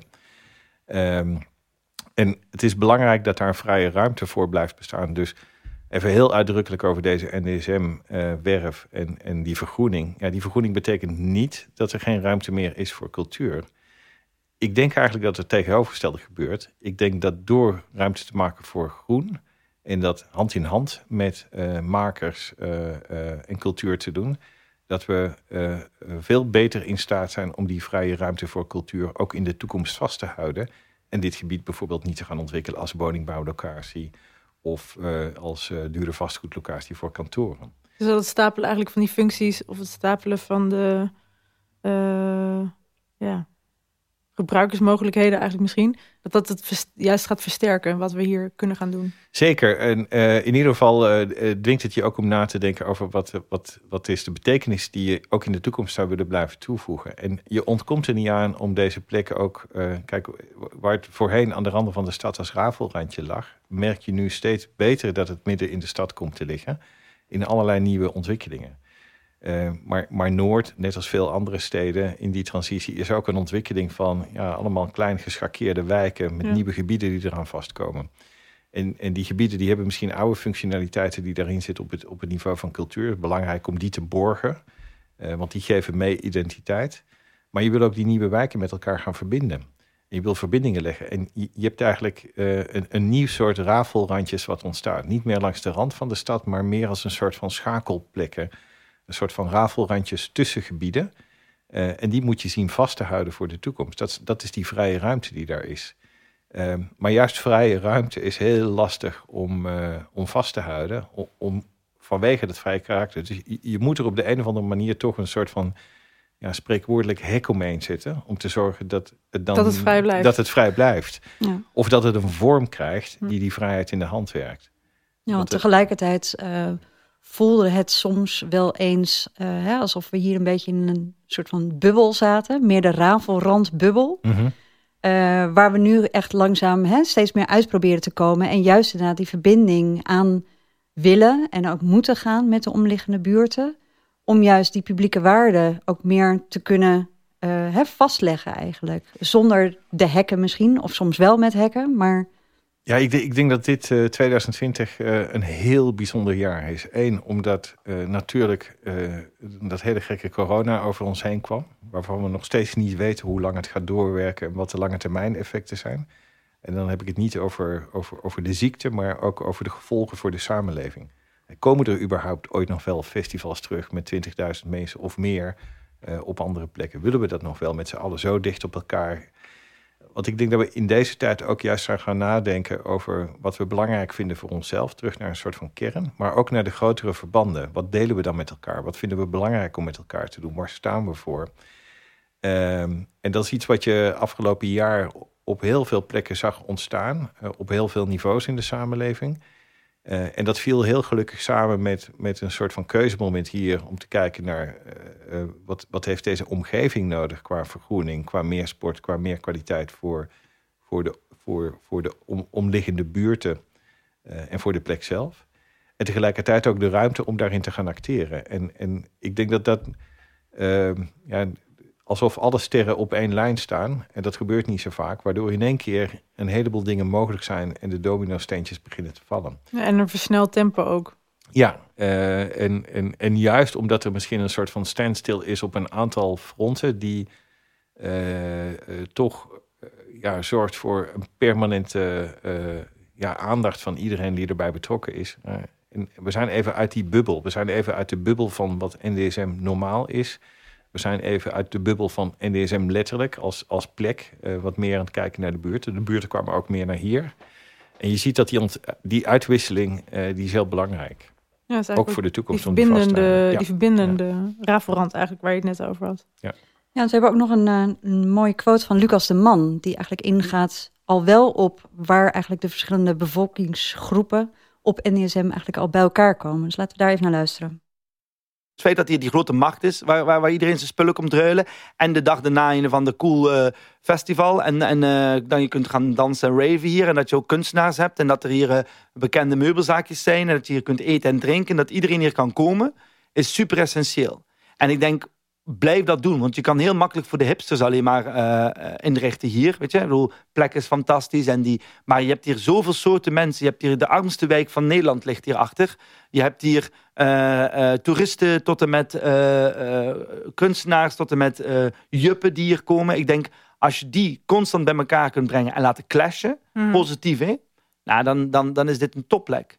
Um, en het is belangrijk dat daar een vrije ruimte voor blijft bestaan. Dus even heel uitdrukkelijk over deze N D S M-werf uh, en, en die vergroening. Ja, die vergroening betekent niet dat er geen ruimte meer is voor cultuur. Ik denk eigenlijk dat het tegenovergestelde gebeurt. Ik denk dat door ruimte te maken voor groen en dat hand in hand met uh, makers uh, uh, en cultuur te doen, dat we uh, veel beter in staat zijn om die vrije ruimte voor cultuur ook in de toekomst vast te houden. En dit gebied bijvoorbeeld niet te gaan ontwikkelen als woningbouwlocatie of uh, als uh, dure vastgoedlocatie voor kantoren. Dus dat het stapelen eigenlijk van die functies of het stapelen van de uh, ja, gebruikersmogelijkheden eigenlijk misschien, dat dat het vers- juist gaat versterken wat we hier kunnen gaan doen. Zeker. En uh, in ieder geval uh, dwingt het je ook om na te denken over wat, wat, wat is de betekenis die je ook in de toekomst zou willen blijven toevoegen. En je ontkomt er niet aan om deze plekken ook, uh, kijk, waar het voorheen aan de randen van de stad als rafelrandje lag, merk je nu steeds beter dat het midden in de stad komt te liggen in allerlei nieuwe ontwikkelingen. Uh, maar, maar Noord, net als veel andere steden in die transitie, is ook een ontwikkeling van ja, allemaal klein geschakeerde wijken met ja. nieuwe gebieden die eraan vastkomen. En, en die gebieden die hebben misschien oude functionaliteiten die daarin zitten op het, op het niveau van cultuur. Belangrijk om die te borgen, uh, want die geven mee identiteit. Maar je wil ook die nieuwe wijken met elkaar gaan verbinden. En je wil verbindingen leggen. En je, je hebt eigenlijk uh, een, een nieuw soort rafelrandjes wat ontstaat. Niet meer langs de rand van de stad, maar meer als een soort van schakelplekken. Een soort van rafelrandjes tussen gebieden. Uh, en die moet je zien vast te houden voor de toekomst. Dat, dat is die vrije ruimte die daar is. Uh, maar juist vrije ruimte is heel lastig om, uh, om vast te houden. Om, om, vanwege dat vrije karakter. Dus je, je moet er op de een of andere manier toch een soort van ja, spreekwoordelijk hek omheen zetten. Om te zorgen dat het, dan, dat het vrij blijft. Dat het vrij blijft. Ja. Of dat het een vorm krijgt die die vrijheid in de hand werkt. Ja, want tegelijkertijd uh, voelde het soms wel eens uh, hè, alsof we hier een beetje in een soort van bubbel zaten. Meer de rafelrandbubbel. Mm-hmm. Uh, waar we nu echt langzaam hè, steeds meer uit proberen te komen. En juist inderdaad die verbinding aan willen en ook moeten gaan met de omliggende buurten. Om juist die publieke waarden ook meer te kunnen uh, hè, vastleggen eigenlijk. Zonder de hekken misschien, of soms wel met hekken, maar... Ja, ik, ik denk dat dit uh, twintig twintig uh, een heel bijzonder jaar is. Eén, omdat uh, natuurlijk uh, dat hele gekke corona over ons heen kwam. Waarvan we nog steeds niet weten hoe lang het gaat doorwerken en wat de lange termijn effecten zijn. En dan heb ik het niet over, over, over de ziekte, maar ook over de gevolgen voor de samenleving. Komen er überhaupt ooit nog wel festivals terug met twintigduizend mensen of meer uh, op andere plekken? Willen we dat nog wel met z'n allen zo dicht op elkaar? Want ik denk dat we in deze tijd ook juist gaan gaan nadenken over wat we belangrijk vinden voor onszelf. Terug naar een soort van kern, maar ook naar de grotere verbanden. Wat delen we dan met elkaar? Wat vinden we belangrijk om met elkaar te doen? Waar staan we voor? Um, en dat is iets wat je afgelopen jaar op heel veel plekken zag ontstaan. Uh, op heel veel niveaus in de samenleving. Uh, en dat viel heel gelukkig samen met, met een soort van keuzemoment hier om te kijken naar uh, uh, wat, wat heeft deze omgeving nodig qua vergroening, qua meer sport, qua meer kwaliteit voor, voor de, voor, voor de om, omliggende buurten uh, en voor de plek zelf. En tegelijkertijd ook de ruimte om daarin te gaan acteren. En, en ik denk dat dat uh, ja, alsof alle sterren op één lijn staan. En dat gebeurt niet zo vaak. Waardoor in één keer een heleboel dingen mogelijk zijn en de domino-steentjes beginnen te vallen. Ja, en een versneld tempo ook. Ja, uh, en, en, en juist omdat er misschien een soort van standstill is op een aantal fronten die uh, uh, toch uh, ja, zorgt voor een permanente uh, ja, aandacht van iedereen die erbij betrokken is. Uh, en we zijn even uit die bubbel. We zijn even uit de bubbel van wat N D S M normaal is. We zijn even uit de bubbel van N D S M letterlijk als, als plek. Uh, wat meer aan het kijken naar de buurten. De buurten kwamen ook meer naar hier. En je ziet dat die, ont, die uitwisseling, uh, die is heel belangrijk. Ja, is ook voor de toekomst. Die verbindende, ja. die verbindende ja. rafelrand eigenlijk waar je het net over had. Ja, ja ze hebben ook nog een, een mooie quote van Lucas de Man. Die eigenlijk ingaat al wel op waar eigenlijk de verschillende bevolkingsgroepen op N D S M eigenlijk al bij elkaar komen. Dus laten we daar even naar luisteren. Het feit dat hier die grote markt is, waar, waar, waar iedereen zijn spullen komt ruilen. En de dag daarna een van de cool uh, festival. En, en uh, dan je kunt gaan dansen en raven hier. En dat je ook kunstenaars hebt. En dat er hier uh, bekende meubelzaakjes zijn. En dat je hier kunt eten en drinken. En dat iedereen hier kan komen. Is super essentieel. En ik denk, blijf dat doen. Want je kan heel makkelijk voor de hipsters alleen maar uh, inrichten hier. Weet je, ik bedoel, plek is fantastisch. En die, maar je hebt hier zoveel soorten mensen. Je hebt hier de armste wijk van Nederland ligt hierachter. Je hebt hier uh, uh, toeristen tot en met uh, uh, kunstenaars, tot en met uh, juppen die hier komen. Ik denk, als je die constant bij elkaar kunt brengen en laten clashen, mm. positief hè, nou, dan, dan, dan is dit een topplek.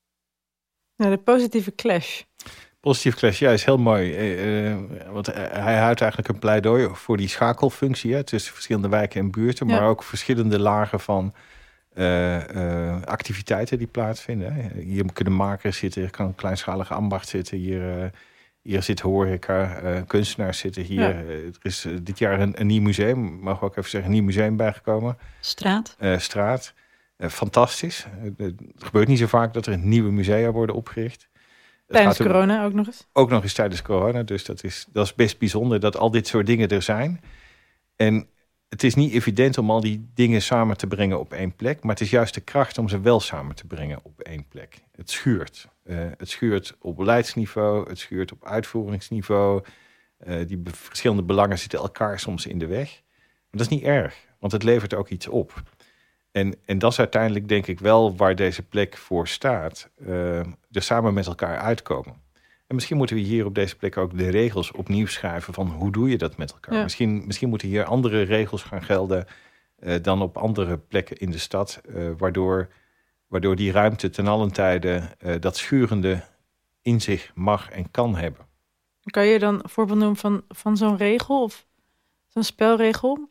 Ja, de positieve clash. Positief clash, ja, is heel mooi. Uh, want hij houdt eigenlijk een pleidooi voor die schakelfunctie hè, tussen verschillende wijken en buurten, ja. maar ook verschillende lagen van uh, uh, activiteiten die plaatsvinden. Hè. Hier kunnen makers zitten, hier kan kleinschalige ambacht zitten, hier, uh, hier zit horeca, uh, kunstenaars zitten hier. Ja. Uh, er is uh, dit jaar een, een nieuw museum, mag ik ook even zeggen, een nieuw museum bijgekomen. Straat. Uh, straat. Uh, fantastisch. Uh, het gebeurt niet zo vaak dat er nieuwe musea worden opgericht. Tijdens corona ook nog eens? Ook nog eens tijdens corona. Dus dat is, dat is best bijzonder dat al dit soort dingen er zijn. En het is niet evident om al die dingen samen te brengen op één plek. Maar het is juist de kracht om ze wel samen te brengen op één plek. Het schuurt. Uh, het schuurt op beleidsniveau. Het schuurt op uitvoeringsniveau. Uh, die be- verschillende belangen zitten elkaar soms in de weg. Maar dat is niet erg. Want het levert ook iets op. En, en dat is uiteindelijk denk ik wel waar deze plek voor staat. Uh, er samen met elkaar uitkomen. En misschien moeten we hier op deze plek ook de regels opnieuw schrijven van hoe doe je dat met elkaar. Ja. Misschien, misschien moeten hier andere regels gaan gelden uh, dan op andere plekken in de stad. Uh, waardoor, waardoor die ruimte ten allen tijde uh, dat schurende in zich mag en kan hebben. Kan je dan een voorbeeld noemen van, van zo'n regel of zo'n spelregel?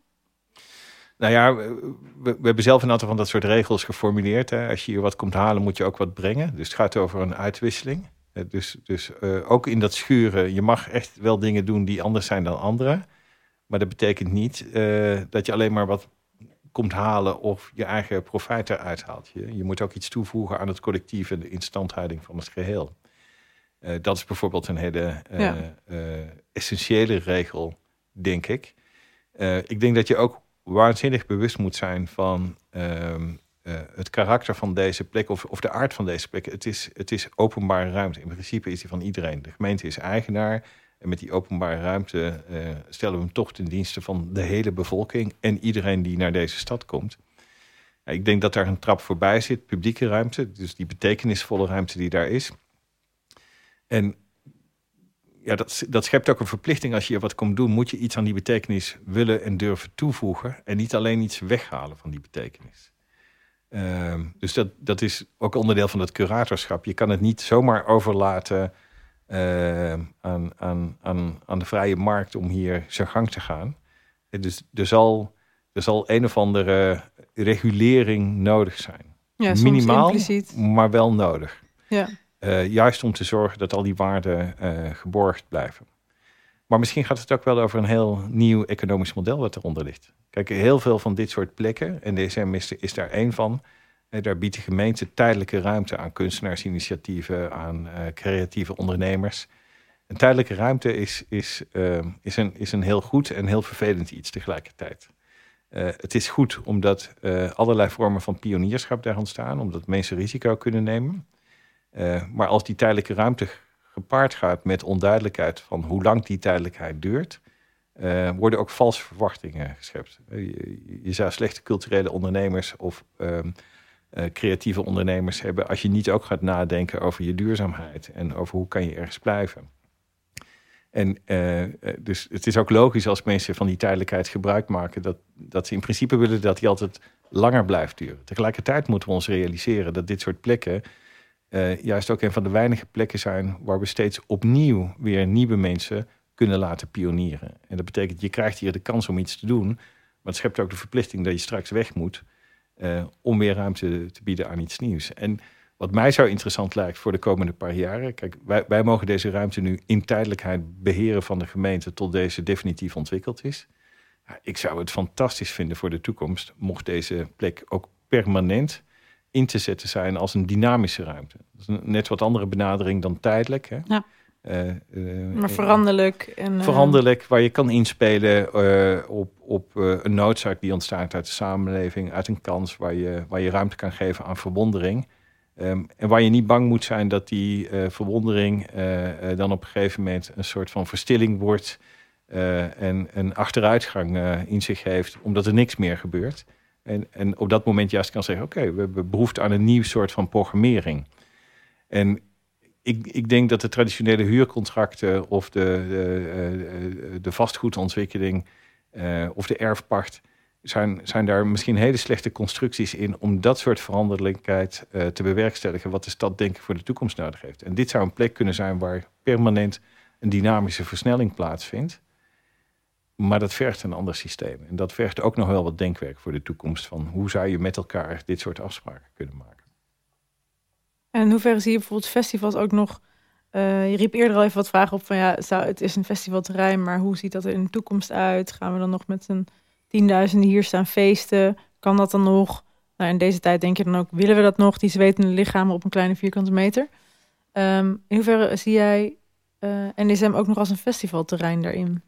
Nou ja, we, we hebben zelf een aantal van dat soort regels geformuleerd. Hè. Als je hier wat komt halen, moet je ook wat brengen. Dus het gaat over een uitwisseling. Dus, dus uh, ook in dat schuren, je mag echt wel dingen doen die anders zijn dan anderen. Maar dat betekent niet uh, dat je alleen maar wat komt halen of je eigen profijt eruit haalt. Je, je moet ook iets toevoegen aan het collectief en de instandhouding van het geheel. Uh, dat is bijvoorbeeld een hele uh, ja. uh, essentiële regel, denk ik. Uh, ik denk dat je ook waanzinnig bewust moet zijn van uh, uh, het karakter van deze plek of, of de aard van deze plek. Het is, het is openbare ruimte. In principe is die van iedereen. De gemeente is eigenaar. En met die openbare ruimte uh, stellen we hem toch ten dienste van de hele bevolking en iedereen die naar deze stad komt. Ja, ik denk dat daar een trap voorbij zit, publieke ruimte. Dus die betekenisvolle ruimte die daar is. En ja, dat, dat schept ook een verplichting. Als je wat komt doen, moet je iets aan die betekenis willen en durven toevoegen. En niet alleen iets weghalen van die betekenis. Uh, dus dat, dat is ook onderdeel van het curatorschap. Je kan het niet zomaar overlaten uh, aan, aan, aan, aan de vrije markt om hier zijn gang te gaan. Dus er zal, er zal een of andere regulering nodig zijn. Ja, minimaal, impliciet. Maar wel nodig. Ja. Uh, juist om te zorgen dat al die waarden uh, geborgd blijven. Maar misschien gaat het ook wel over een heel nieuw economisch model wat eronder ligt. Kijk, heel veel van dit soort plekken, en D S M is, is daar één van. Uh, daar biedt de gemeente tijdelijke ruimte aan kunstenaarsinitiatieven, aan uh, creatieve ondernemers. Een tijdelijke ruimte is, is, uh, is, een, is een heel goed en heel vervelend iets tegelijkertijd. Uh, het is goed omdat uh, allerlei vormen van pionierschap daar ontstaan, omdat mensen risico kunnen nemen. Uh, maar als die tijdelijke ruimte gepaard gaat met onduidelijkheid van hoe lang die tijdelijkheid duurt, uh, worden ook valse verwachtingen geschept. Uh, je, je zou slechte culturele ondernemers of um, uh, creatieve ondernemers hebben, als je niet ook gaat nadenken over je duurzaamheid en over hoe kan je ergens blijven. En uh, dus het is ook logisch als mensen van die tijdelijkheid gebruik maken, dat, dat ze in principe willen dat die altijd langer blijft duren. Tegelijkertijd moeten we ons realiseren dat dit soort plekken uh, juist ook een van de weinige plekken zijn waar we steeds opnieuw weer nieuwe mensen kunnen laten pionieren. En dat betekent, je krijgt hier de kans om iets te doen, maar het schept ook de verplichting dat je straks weg moet uh, om weer ruimte te bieden aan iets nieuws. En wat mij zo interessant lijkt voor de komende paar jaren, kijk, wij, wij mogen deze ruimte nu in tijdelijkheid beheren van de gemeente tot deze definitief ontwikkeld is. Ja, ik zou het fantastisch vinden voor de toekomst, mocht deze plek ook permanent in te zetten zijn als een dynamische ruimte. Dat is een net wat andere benadering dan tijdelijk. Hè? Ja. Uh, uh, maar veranderlijk. En, uh... Veranderlijk, waar je kan inspelen uh, op, op uh, een noodzaak die ontstaat uit de samenleving, uit een kans waar je, waar je ruimte kan geven aan verwondering. Um, en waar je niet bang moet zijn dat die uh, verwondering uh, uh, dan op een gegeven moment een soort van verstilling wordt uh, en een achteruitgang uh, in zich heeft, omdat er niks meer gebeurt. En, en op dat moment juist kan zeggen, oké, okay, we hebben behoefte aan een nieuw soort van programmering. En ik, ik denk dat de traditionele huurcontracten of de, de, uh, de vastgoedontwikkeling uh, of de erfpacht Zijn, zijn daar misschien hele slechte constructies in om dat soort veranderlijkheid uh, te bewerkstelligen wat de stad denk ik voor de toekomst nodig heeft. En dit zou een plek kunnen zijn waar permanent een dynamische versnelling plaatsvindt. Maar dat vergt een ander systeem. En dat vergt ook nog wel wat denkwerk voor de toekomst van hoe zou je met elkaar dit soort afspraken kunnen maken. En in hoeverre zie je bijvoorbeeld festivals ook nog, uh, je riep eerder al even wat vragen op van ja, zou, het is een festivalterrein, maar hoe ziet dat er in de toekomst uit? Gaan we dan nog met een tienduizenden hier staan feesten? Kan dat dan nog? Nou, in deze tijd denk je dan ook, willen we dat nog? Die zwetende lichamen op een kleine vierkante meter. Um, in hoeverre zie jij uh, N D S M ook nog als een festivalterrein daarin?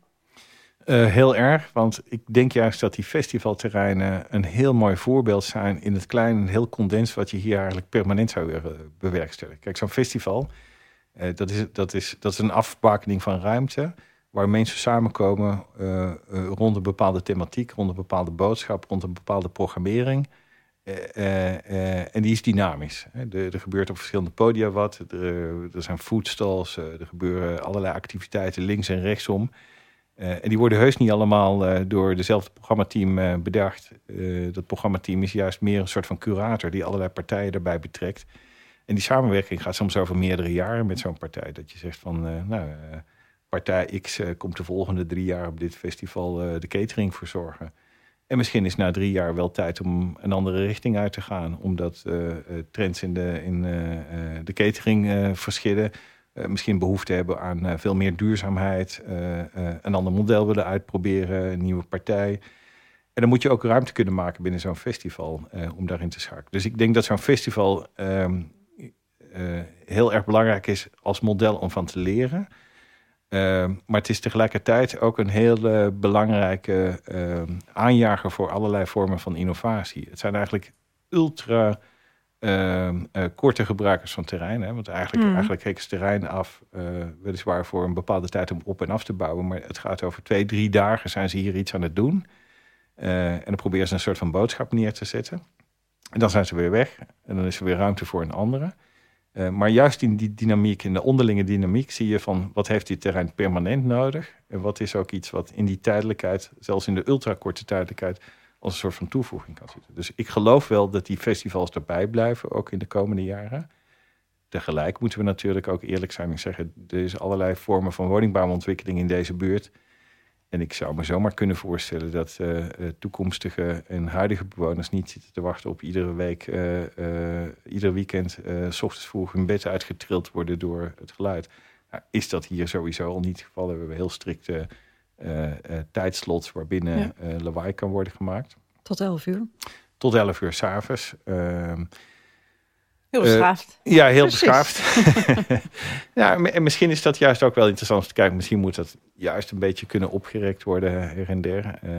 Uh, heel erg, want ik denk juist dat die festivalterreinen een heel mooi voorbeeld zijn in het kleine, heel condens wat je hier eigenlijk permanent zou uh, bewerkstelligen. Kijk, zo'n festival, uh, dat, is, dat, is, dat is een afbakening van ruimte, waar mensen samenkomen uh, uh, rond een bepaalde thematiek, rond een bepaalde boodschap, rond een bepaalde programmering. Uh, uh, uh, en die is dynamisch. Hè. De, er gebeurt op verschillende podia wat. Er, er zijn foodstalls, uh, er gebeuren allerlei activiteiten links en rechtsom. Uh, en die worden heus niet allemaal uh, door dezelfde programmateam uh, bedacht. Uh, dat programmateam is juist meer een soort van curator die allerlei partijen daarbij betrekt. En die samenwerking gaat soms over meerdere jaren met zo'n partij. Dat je zegt van, uh, nou... Uh, Partij X uh, komt de volgende drie jaar op dit festival uh, de catering verzorgen. En misschien is na drie jaar wel tijd om een andere richting uit te gaan. Omdat uh, uh, trends in de, in, uh, uh, de catering uh, verschillen. Uh, misschien behoefte hebben aan uh, veel meer duurzaamheid. Uh, uh, een ander model willen uitproberen, een nieuwe partij. En dan moet je ook ruimte kunnen maken binnen zo'n festival uh, om daarin te schakelen. Dus ik denk dat zo'n festival um, uh, heel erg belangrijk is als model om van te leren. Uh, maar het is tegelijkertijd ook een hele belangrijke uh, aanjager voor allerlei vormen van innovatie. Het zijn eigenlijk ultra uh, uh, korte gebruikers van terrein. Hè? Want eigenlijk, mm. eigenlijk heken ze terrein af, uh, weliswaar voor een bepaalde tijd om op en af te bouwen. Maar het gaat over twee, drie dagen zijn ze hier iets aan het doen. Uh, en dan proberen ze een soort van boodschap neer te zetten. En dan zijn ze weer weg. En dan is er weer ruimte voor een andere. Uh, maar juist in die dynamiek, in de onderlinge dynamiek, zie je van wat heeft dit terrein permanent nodig? En wat is ook iets wat in die tijdelijkheid, zelfs in de ultrakorte tijdelijkheid, als een soort van toevoeging kan zitten. Dus ik geloof wel dat die festivals erbij blijven, ook in de komende jaren. Tegelijk moeten we natuurlijk ook eerlijk zijn en zeggen, er is allerlei vormen van woningbouwontwikkeling in deze buurt. En ik zou me zomaar kunnen voorstellen dat uh, toekomstige en huidige bewoners niet zitten te wachten op iedere week, uh, uh, ieder weekend, uh, 's ochtends vroeg hun bed uitgetrild worden door het geluid. Nou, is dat hier sowieso al niet het geval? We hebben heel strikte uh, uh, tijdslots waarbinnen ja. uh, lawaai kan worden gemaakt. Tot elf uur? Tot elf uur 's avonds. Uh, Heel beschaafd. Uh, ja, heel Precies. beschaafd. ja, en misschien is dat juist ook wel interessant om te kijken. Misschien moet dat juist een beetje kunnen opgerekt worden her en der. Uh,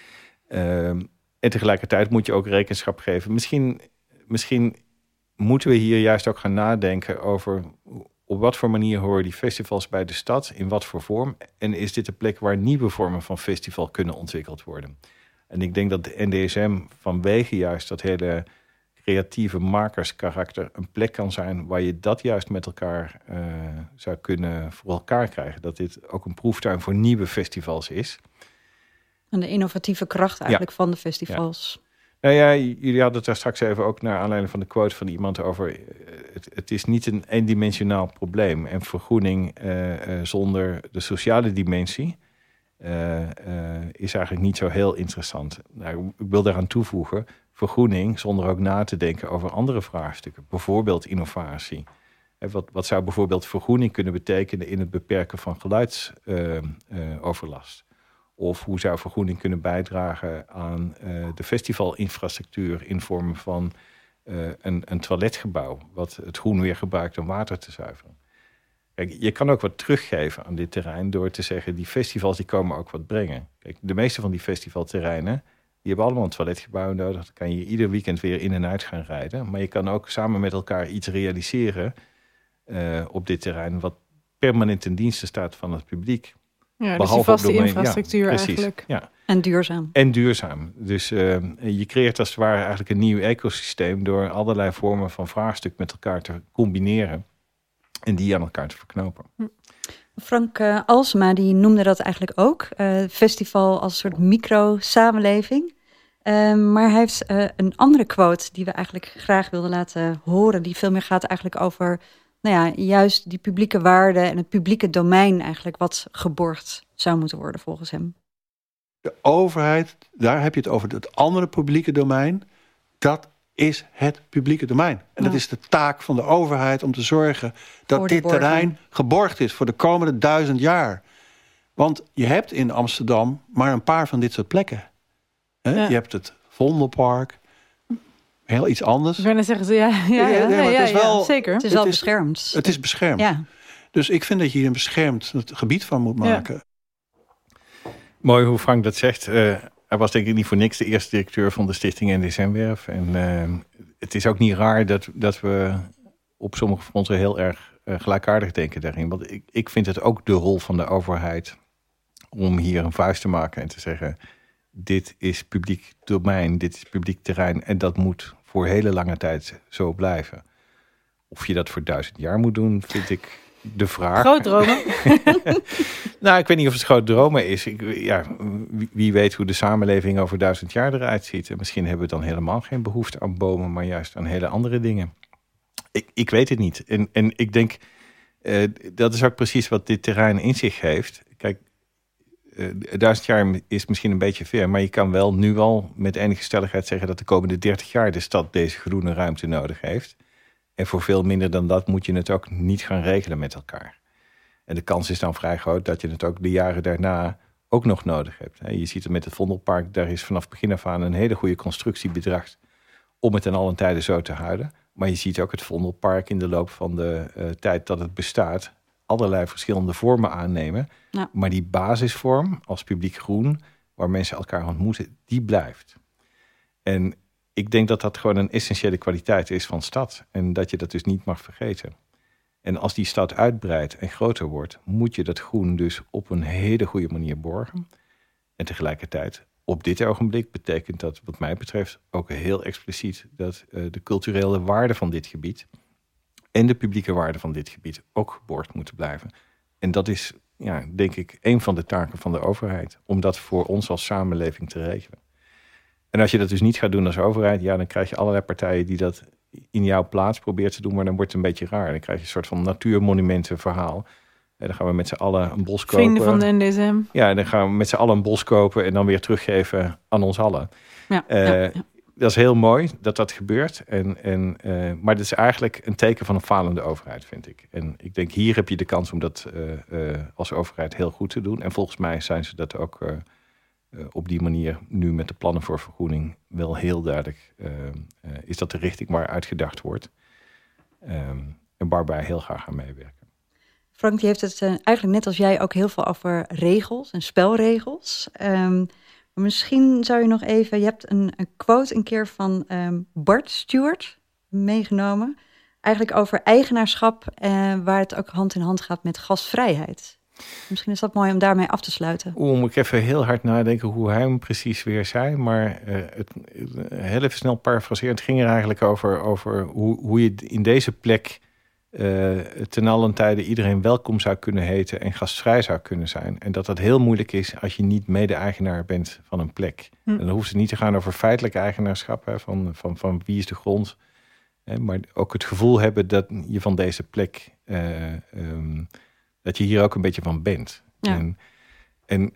uh, en tegelijkertijd moet je ook rekenschap geven. Misschien, misschien moeten we hier juist ook gaan nadenken over op wat voor manier horen die festivals bij de stad, in wat voor vorm. En is dit een plek waar nieuwe vormen van festival kunnen ontwikkeld worden? En ik denk dat de N D S M vanwege juist dat hele creatieve makerskarakter een plek kan zijn waar je dat juist met elkaar uh, zou kunnen voor elkaar krijgen. Dat dit ook een proeftuin voor nieuwe festivals is. En de innovatieve kracht eigenlijk ja. van de festivals. Ja. Nou ja, jullie hadden het daar straks even ook naar aanleiding van de quote van iemand over. Het, het is niet een eendimensionaal probleem. En vergroening uh, uh, zonder de sociale dimensie uh, uh, is eigenlijk niet zo heel interessant. Nou, ik wil daaraan toevoegen, vergroening zonder ook na te denken over andere vraagstukken. Bijvoorbeeld innovatie. Wat, wat zou bijvoorbeeld vergroening kunnen betekenen in het beperken van geluidsoverlast? Uh, uh, Of hoe zou vergroening kunnen bijdragen aan uh, de festivalinfrastructuur in vorm van uh, een, een toiletgebouw, wat het groen weer gebruikt om water te zuiveren. Kijk, je kan ook wat teruggeven aan dit terrein door te zeggen, die festivals die komen ook wat brengen. Kijk, de meeste van die festivalterreinen, die hebben allemaal een toiletgebouw nodig. Dan kan je ieder weekend weer in en uit gaan rijden. Maar je kan ook samen met elkaar iets realiseren uh, op dit terrein wat permanent ten dienste staat van het publiek. Ja, dus die vaste infrastructuur ja, eigenlijk. Ja. En duurzaam. En duurzaam. Dus uh, je creëert als het ware eigenlijk een nieuw ecosysteem door allerlei vormen van vraagstuk met elkaar te combineren en die aan elkaar te verknopen. Frank uh, Alsema die noemde dat eigenlijk ook. Uh, festival als een soort micro-samenleving. Uh, maar hij heeft uh, een andere quote die we eigenlijk graag wilden laten horen. Die veel meer gaat eigenlijk over... Nou ja, juist die publieke waarden en het publieke domein eigenlijk wat geborgd zou moeten worden volgens hem. De overheid, daar heb je het over het andere publieke domein. Dat is het publieke domein. En ja. dat is de taak van de overheid om te zorgen dat dit borgen. terrein geborgd is voor de komende duizend jaar. Want je hebt in Amsterdam maar een paar van dit soort plekken. He? Ja. Je hebt het Vondelpark. Heel iets anders. Ik wil zeggen, ja, ja, ja, ja, ja, ja, het is wel, ja zeker. Het is wel beschermd. Het is beschermd. Ja. Dus ik vind dat je hier een beschermd gebied van moet maken. Ja. Mooi hoe Frank dat zegt. Uh, hij was denk ik niet voor niks de eerste directeur van de Stichting N D S M-werf. En uh, het is ook niet raar dat, dat we op sommige fronten heel erg uh, gelijkaardig denken daarin. Want ik, ik vind het ook de rol van de overheid om hier een vuist te maken en te zeggen, dit is publiek domein, dit is publiek terrein en dat moet voor hele lange tijd zo blijven. Of je dat voor duizend jaar moet doen, vind ik de vraag. Groot dromen. Nou, ik weet niet of het groot dromen is. Ik, ja, wie, wie weet hoe de samenleving over duizend jaar eruit ziet. En misschien hebben we dan helemaal geen behoefte aan bomen, maar juist aan hele andere dingen. Ik, ik weet het niet. En, en ik denk, uh, dat is ook precies wat dit terrein in zich heeft. Kijk, uh, duizend jaar is misschien een beetje ver, maar je kan wel nu al met enige stelligheid zeggen dat de komende dertig jaar de stad deze groene ruimte nodig heeft. En voor veel minder dan dat moet je het ook niet gaan regelen met elkaar. En de kans is dan vrij groot dat je het ook de jaren daarna ook nog nodig hebt. Je ziet het met het Vondelpark, daar is vanaf begin af aan een hele goede constructie bedacht om het in allen tijden zo te houden. Maar je ziet ook het Vondelpark in de loop van de uh, tijd dat het bestaat allerlei verschillende vormen aannemen. Ja. Maar die basisvorm als publiek groen, waar mensen elkaar ontmoeten, die blijft. En ik denk dat dat gewoon een essentiële kwaliteit is van stad. En dat je dat dus niet mag vergeten. En als die stad uitbreidt en groter wordt, moet je dat groen dus op een hele goede manier borgen. En tegelijkertijd, op dit ogenblik betekent dat wat mij betreft ook heel expliciet dat uh, de culturele waarde van dit gebied en de publieke waarde van dit gebied ook geborgd moeten blijven. En dat is, ja, denk ik, een van de taken van de overheid, om dat voor ons als samenleving te regelen. En als je dat dus niet gaat doen als overheid, ja, dan krijg je allerlei partijen die dat in jouw plaats probeert te doen, maar dan wordt het een beetje raar. Dan krijg je een soort van natuurmonumenten verhaal. En dan gaan we met z'n allen een bos kopen. Vrienden van de N D S M. Ja, dan gaan we met z'n allen een bos kopen en dan weer teruggeven aan ons allen. Ja, uh, ja, ja. Dat is heel mooi dat dat gebeurt. En, en, uh, maar dat is eigenlijk een teken van een falende overheid, vind ik. En ik denk, hier heb je de kans om dat uh, uh, als overheid heel goed te doen. En volgens mij zijn ze dat ook uh, uh, op die manier nu met de plannen voor vergroening wel heel duidelijk. Uh, uh, is dat de richting waar uitgedacht wordt. Um, en waarbij heel graag aan meewerken. Frank, die heeft het uh, eigenlijk net als jij ook heel veel over regels en spelregels. Um, maar misschien zou je nog even... Je hebt een, een quote een keer van um, Bart Stewart meegenomen. Eigenlijk over eigenaarschap, uh, waar het ook hand in hand gaat met gastvrijheid. Misschien is dat mooi om daarmee af te sluiten. Oeh, moet ik even heel hard nadenken hoe hij hem precies weer zei. Maar uh, het, heel even snel parafraseerd. Het ging er eigenlijk over, over hoe, hoe je in deze plek uh, ten allen tijde iedereen welkom zou kunnen heten en gastvrij zou kunnen zijn. En dat dat heel moeilijk is als je niet mede-eigenaar bent van een plek. Hm. En dan hoeft het niet te gaan over feitelijk eigenaarschap, hè, van, van, van wie is de grond. Hè, maar ook het gevoel hebben dat je van deze plek... Uh, um, dat je hier ook een beetje van bent. Ja. En, en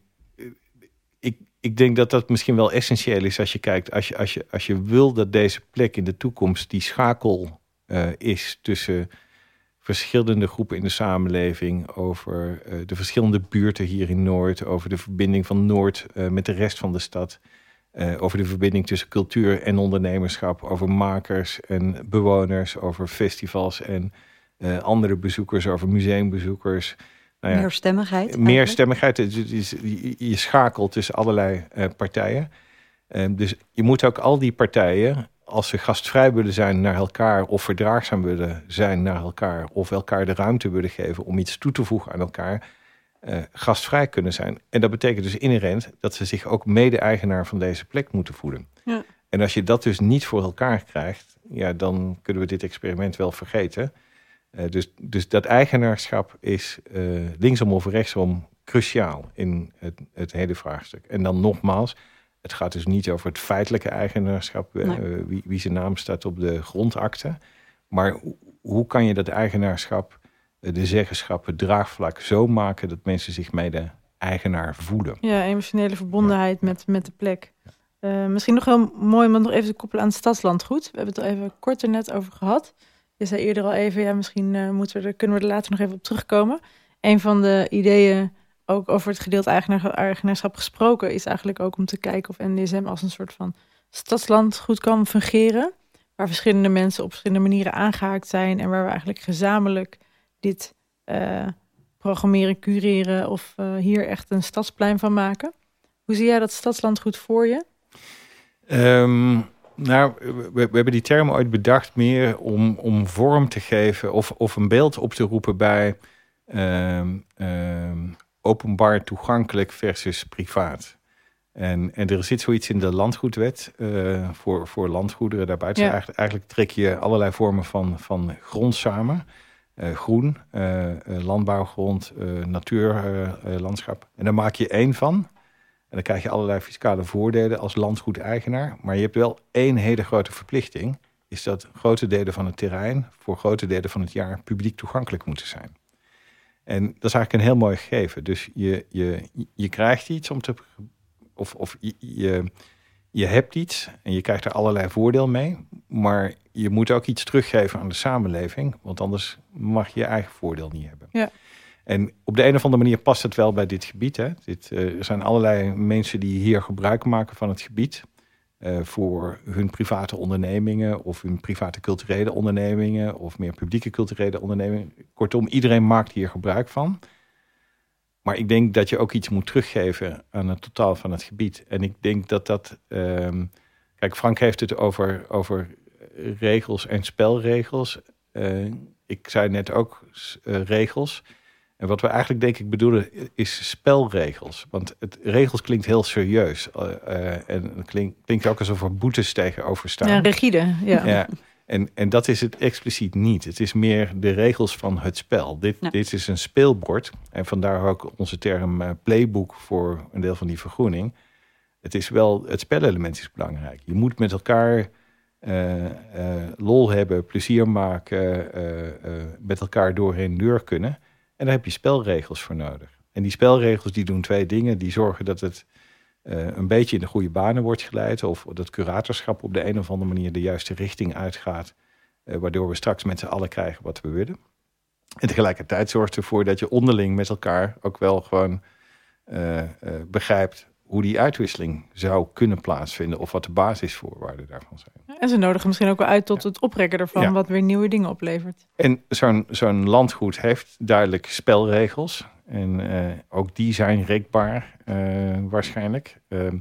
ik, ik denk dat dat misschien wel essentieel is als je kijkt... als je, als je, als je wil dat deze plek in de toekomst die schakel uh, is... tussen verschillende groepen in de samenleving... over uh, de verschillende buurten hier in Noord... over de verbinding van Noord uh, met de rest van de stad... Uh, over de verbinding tussen cultuur en ondernemerschap... over makers en bewoners, over festivals en... Uh, andere bezoekers, over museumbezoekers. Nou ja, meerstemmigheid. Meerstemmigheid. Je, je, je schakelt tussen allerlei uh, partijen. Uh, dus je moet ook al die partijen, als ze gastvrij willen zijn naar elkaar... of verdraagzaam willen zijn naar elkaar... of elkaar de ruimte willen geven om iets toe te voegen aan elkaar... Uh, gastvrij kunnen zijn. En dat betekent dus inherent dat ze zich ook mede-eigenaar van deze plek moeten voelen. Ja. En als je dat dus niet voor elkaar krijgt... ja, dan kunnen we dit experiment wel vergeten... Uh, dus, dus dat eigenaarschap is uh, linksom of rechtsom cruciaal in het, het hele vraagstuk. En dan nogmaals, het gaat dus niet over het feitelijke eigenaarschap, uh, nee. wie, wie zijn naam staat op de grondakte. Maar hoe, hoe kan je dat eigenaarschap, uh, de zeggenschap, het draagvlak zo maken dat mensen zich mede eigenaar voelen? Ja, emotionele verbondenheid ja. met, met de plek. Uh, misschien nog heel mooi om het nog even te koppelen aan het stadslandgoed. We hebben het al even kort er net over gehad. Je zei eerder al even, ja, misschien uh, moeten we er, kunnen we er later nog even op terugkomen. Een van de ideeën, ook over het gedeeld eigenaar, eigenaarschap gesproken, is eigenlijk ook om te kijken of N D S M als een soort van stadslandgoed kan fungeren. Waar verschillende mensen op verschillende manieren aangehaakt zijn en waar we eigenlijk gezamenlijk dit uh, programmeren, cureren of uh, hier echt een stadsplein van maken. Hoe zie jij dat stadslandgoed voor je? Um... Nou, we, we hebben die term ooit bedacht meer om, om vorm te geven... of, of een beeld op te roepen bij um, um, openbaar toegankelijk versus privaat. En, en er zit zoiets in de landgoedwet uh, voor, voor landgoederen daarbuiten. Ja. Eigenlijk, eigenlijk trek je allerlei vormen van, van grond samen. Uh, groen, uh, uh, landbouwgrond, uh, natuurlandschap. Uh, uh, en daar maak je één van... En dan krijg je allerlei fiscale voordelen als landgoedeigenaar. Maar je hebt wel één hele grote verplichting. Is dat grote delen van het terrein voor grote delen van het jaar publiek toegankelijk moeten zijn. En dat is eigenlijk een heel mooi gegeven. Dus je, je, je krijgt iets om te... Of, of je, je, je hebt iets en je krijgt er allerlei voordeel mee. Maar je moet ook iets teruggeven aan de samenleving. Want anders mag je je eigen voordeel niet hebben. Ja. En op de een of andere manier past het wel bij dit gebied. Hè. Dit, uh, er zijn allerlei mensen die hier gebruik maken van het gebied. Uh, voor hun private ondernemingen of hun private culturele ondernemingen. Of meer publieke culturele ondernemingen. Kortom, iedereen maakt hier gebruik van. Maar ik denk dat je ook iets moet teruggeven aan het totaal van het gebied. En ik denk dat dat... Um, kijk, Frank heeft het over, over regels en spelregels. Uh, ik zei net ook uh, regels... En wat we eigenlijk denk ik bedoelen is spelregels. Want het regels klinkt heel serieus. Uh, uh, en het klinkt, klinkt ook alsof er boetes tegenover staan. Ja, rigide. Ja. ja. En, en dat is het expliciet niet. Het is meer de regels van het spel. Dit, ja. dit is een speelbord. En vandaar ook onze term uh, playbook voor een deel van die vergroening. Het is wel, het spelelement is belangrijk. Je moet met elkaar uh, uh, lol hebben, plezier maken, uh, uh, met elkaar doorheen deur kunnen. En daar heb je spelregels voor nodig. En die spelregels die doen twee dingen. Die zorgen dat het uh, een beetje in de goede banen wordt geleid. Of dat curatorschap op de een of andere manier de juiste richting uitgaat. Uh, waardoor we straks met z'n allen krijgen wat we willen. En tegelijkertijd zorgt ervoor dat je onderling met elkaar ook wel gewoon uh, uh, begrijpt hoe die uitwisseling zou kunnen plaatsvinden. Of wat de basisvoorwaarden daarvan zijn. En ze nodigen misschien ook wel uit tot het oprekken ervan, ja. Wat weer nieuwe dingen oplevert. En zo'n, zo'n landgoed heeft duidelijk spelregels. En uh, ook die zijn rekbaar uh, waarschijnlijk. Uh, en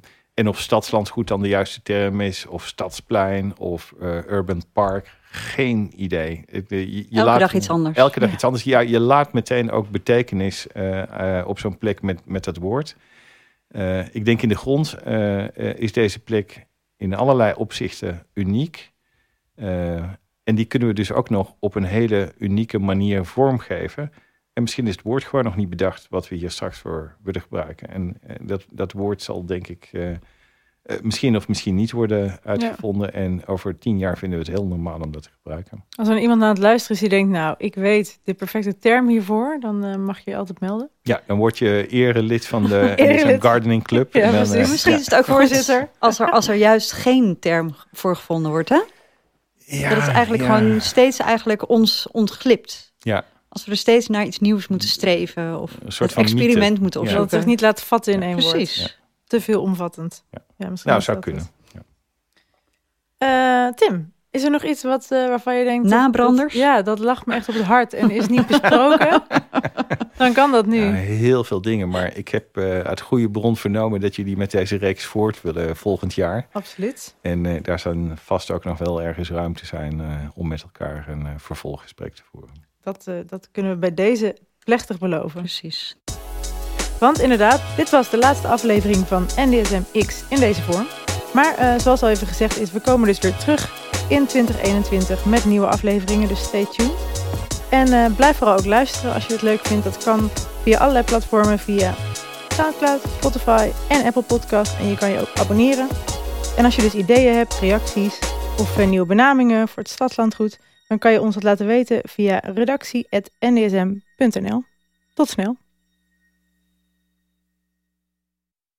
En of stadslandgoed dan de juiste term is, of stadsplein of uh, urban park, geen idee. Je, je elke laat, dag iets anders. Elke dag ja. iets anders. Ja, je laat meteen ook betekenis uh, uh, op zo'n plek met, met dat woord. Uh, ik denk in de grond uh, uh, is deze plek in allerlei opzichten uniek. Uh, en die kunnen we dus ook nog op een hele unieke manier vormgeven. En misschien is het woord gewoon nog niet bedacht wat we hier straks voor willen gebruiken. En uh, dat, dat woord zal denk ik uh, uh, misschien of misschien niet worden uitgevonden. Ja. En over tien jaar vinden we het heel normaal om dat te gebruiken. Als er iemand aan het luisteren is die denkt, nou, ik weet de perfecte term hiervoor, dan uh, mag je je altijd melden. Ja, dan word je erelid van de N S M Gardening Club. Ja, en dan, uh, misschien ja. is het ook voorzitter als er, als er juist geen term voor gevonden wordt, hè? Ja, dat het eigenlijk ja. gewoon steeds eigenlijk ons ontglipt. Ja. Als we er steeds naar iets nieuws moeten streven of een soort van experiment mythe. moeten opzoeken. Dat het zich niet laten vatten in ja, één precies. woord. Ja. Te veel omvattend. Ja. Ja, nou, zou kunnen. Ja. Uh, Tim, is er nog iets wat, uh, waarvan je denkt... Nabranders? Dat, ja, dat lag me echt op het hart en is niet besproken. Dan kan dat nu. Ja, heel veel dingen, maar ik heb uh, uit goede bron vernomen dat jullie met deze reeks voort willen volgend jaar. Absoluut. En uh, daar zal vast ook nog wel ergens ruimte zijn uh, om met elkaar een uh, vervolggesprek te voeren. Dat, uh, dat kunnen we bij deze plechtig beloven. Precies. Want inderdaad, dit was de laatste aflevering van N D S M X in deze vorm. Maar uh, zoals al even gezegd is, we komen dus weer terug in twintig eenentwintig met nieuwe afleveringen, dus stay tuned. En uh, blijf vooral ook luisteren als je het leuk vindt. Dat kan via allerlei platformen, via SoundCloud, Spotify en Apple Podcast. En je kan je ook abonneren. En als je dus ideeën hebt, reacties of uh, nieuwe benamingen voor het stadslandgoed, dan kan je ons dat laten weten via redactie apendsm punt n l. Tot snel.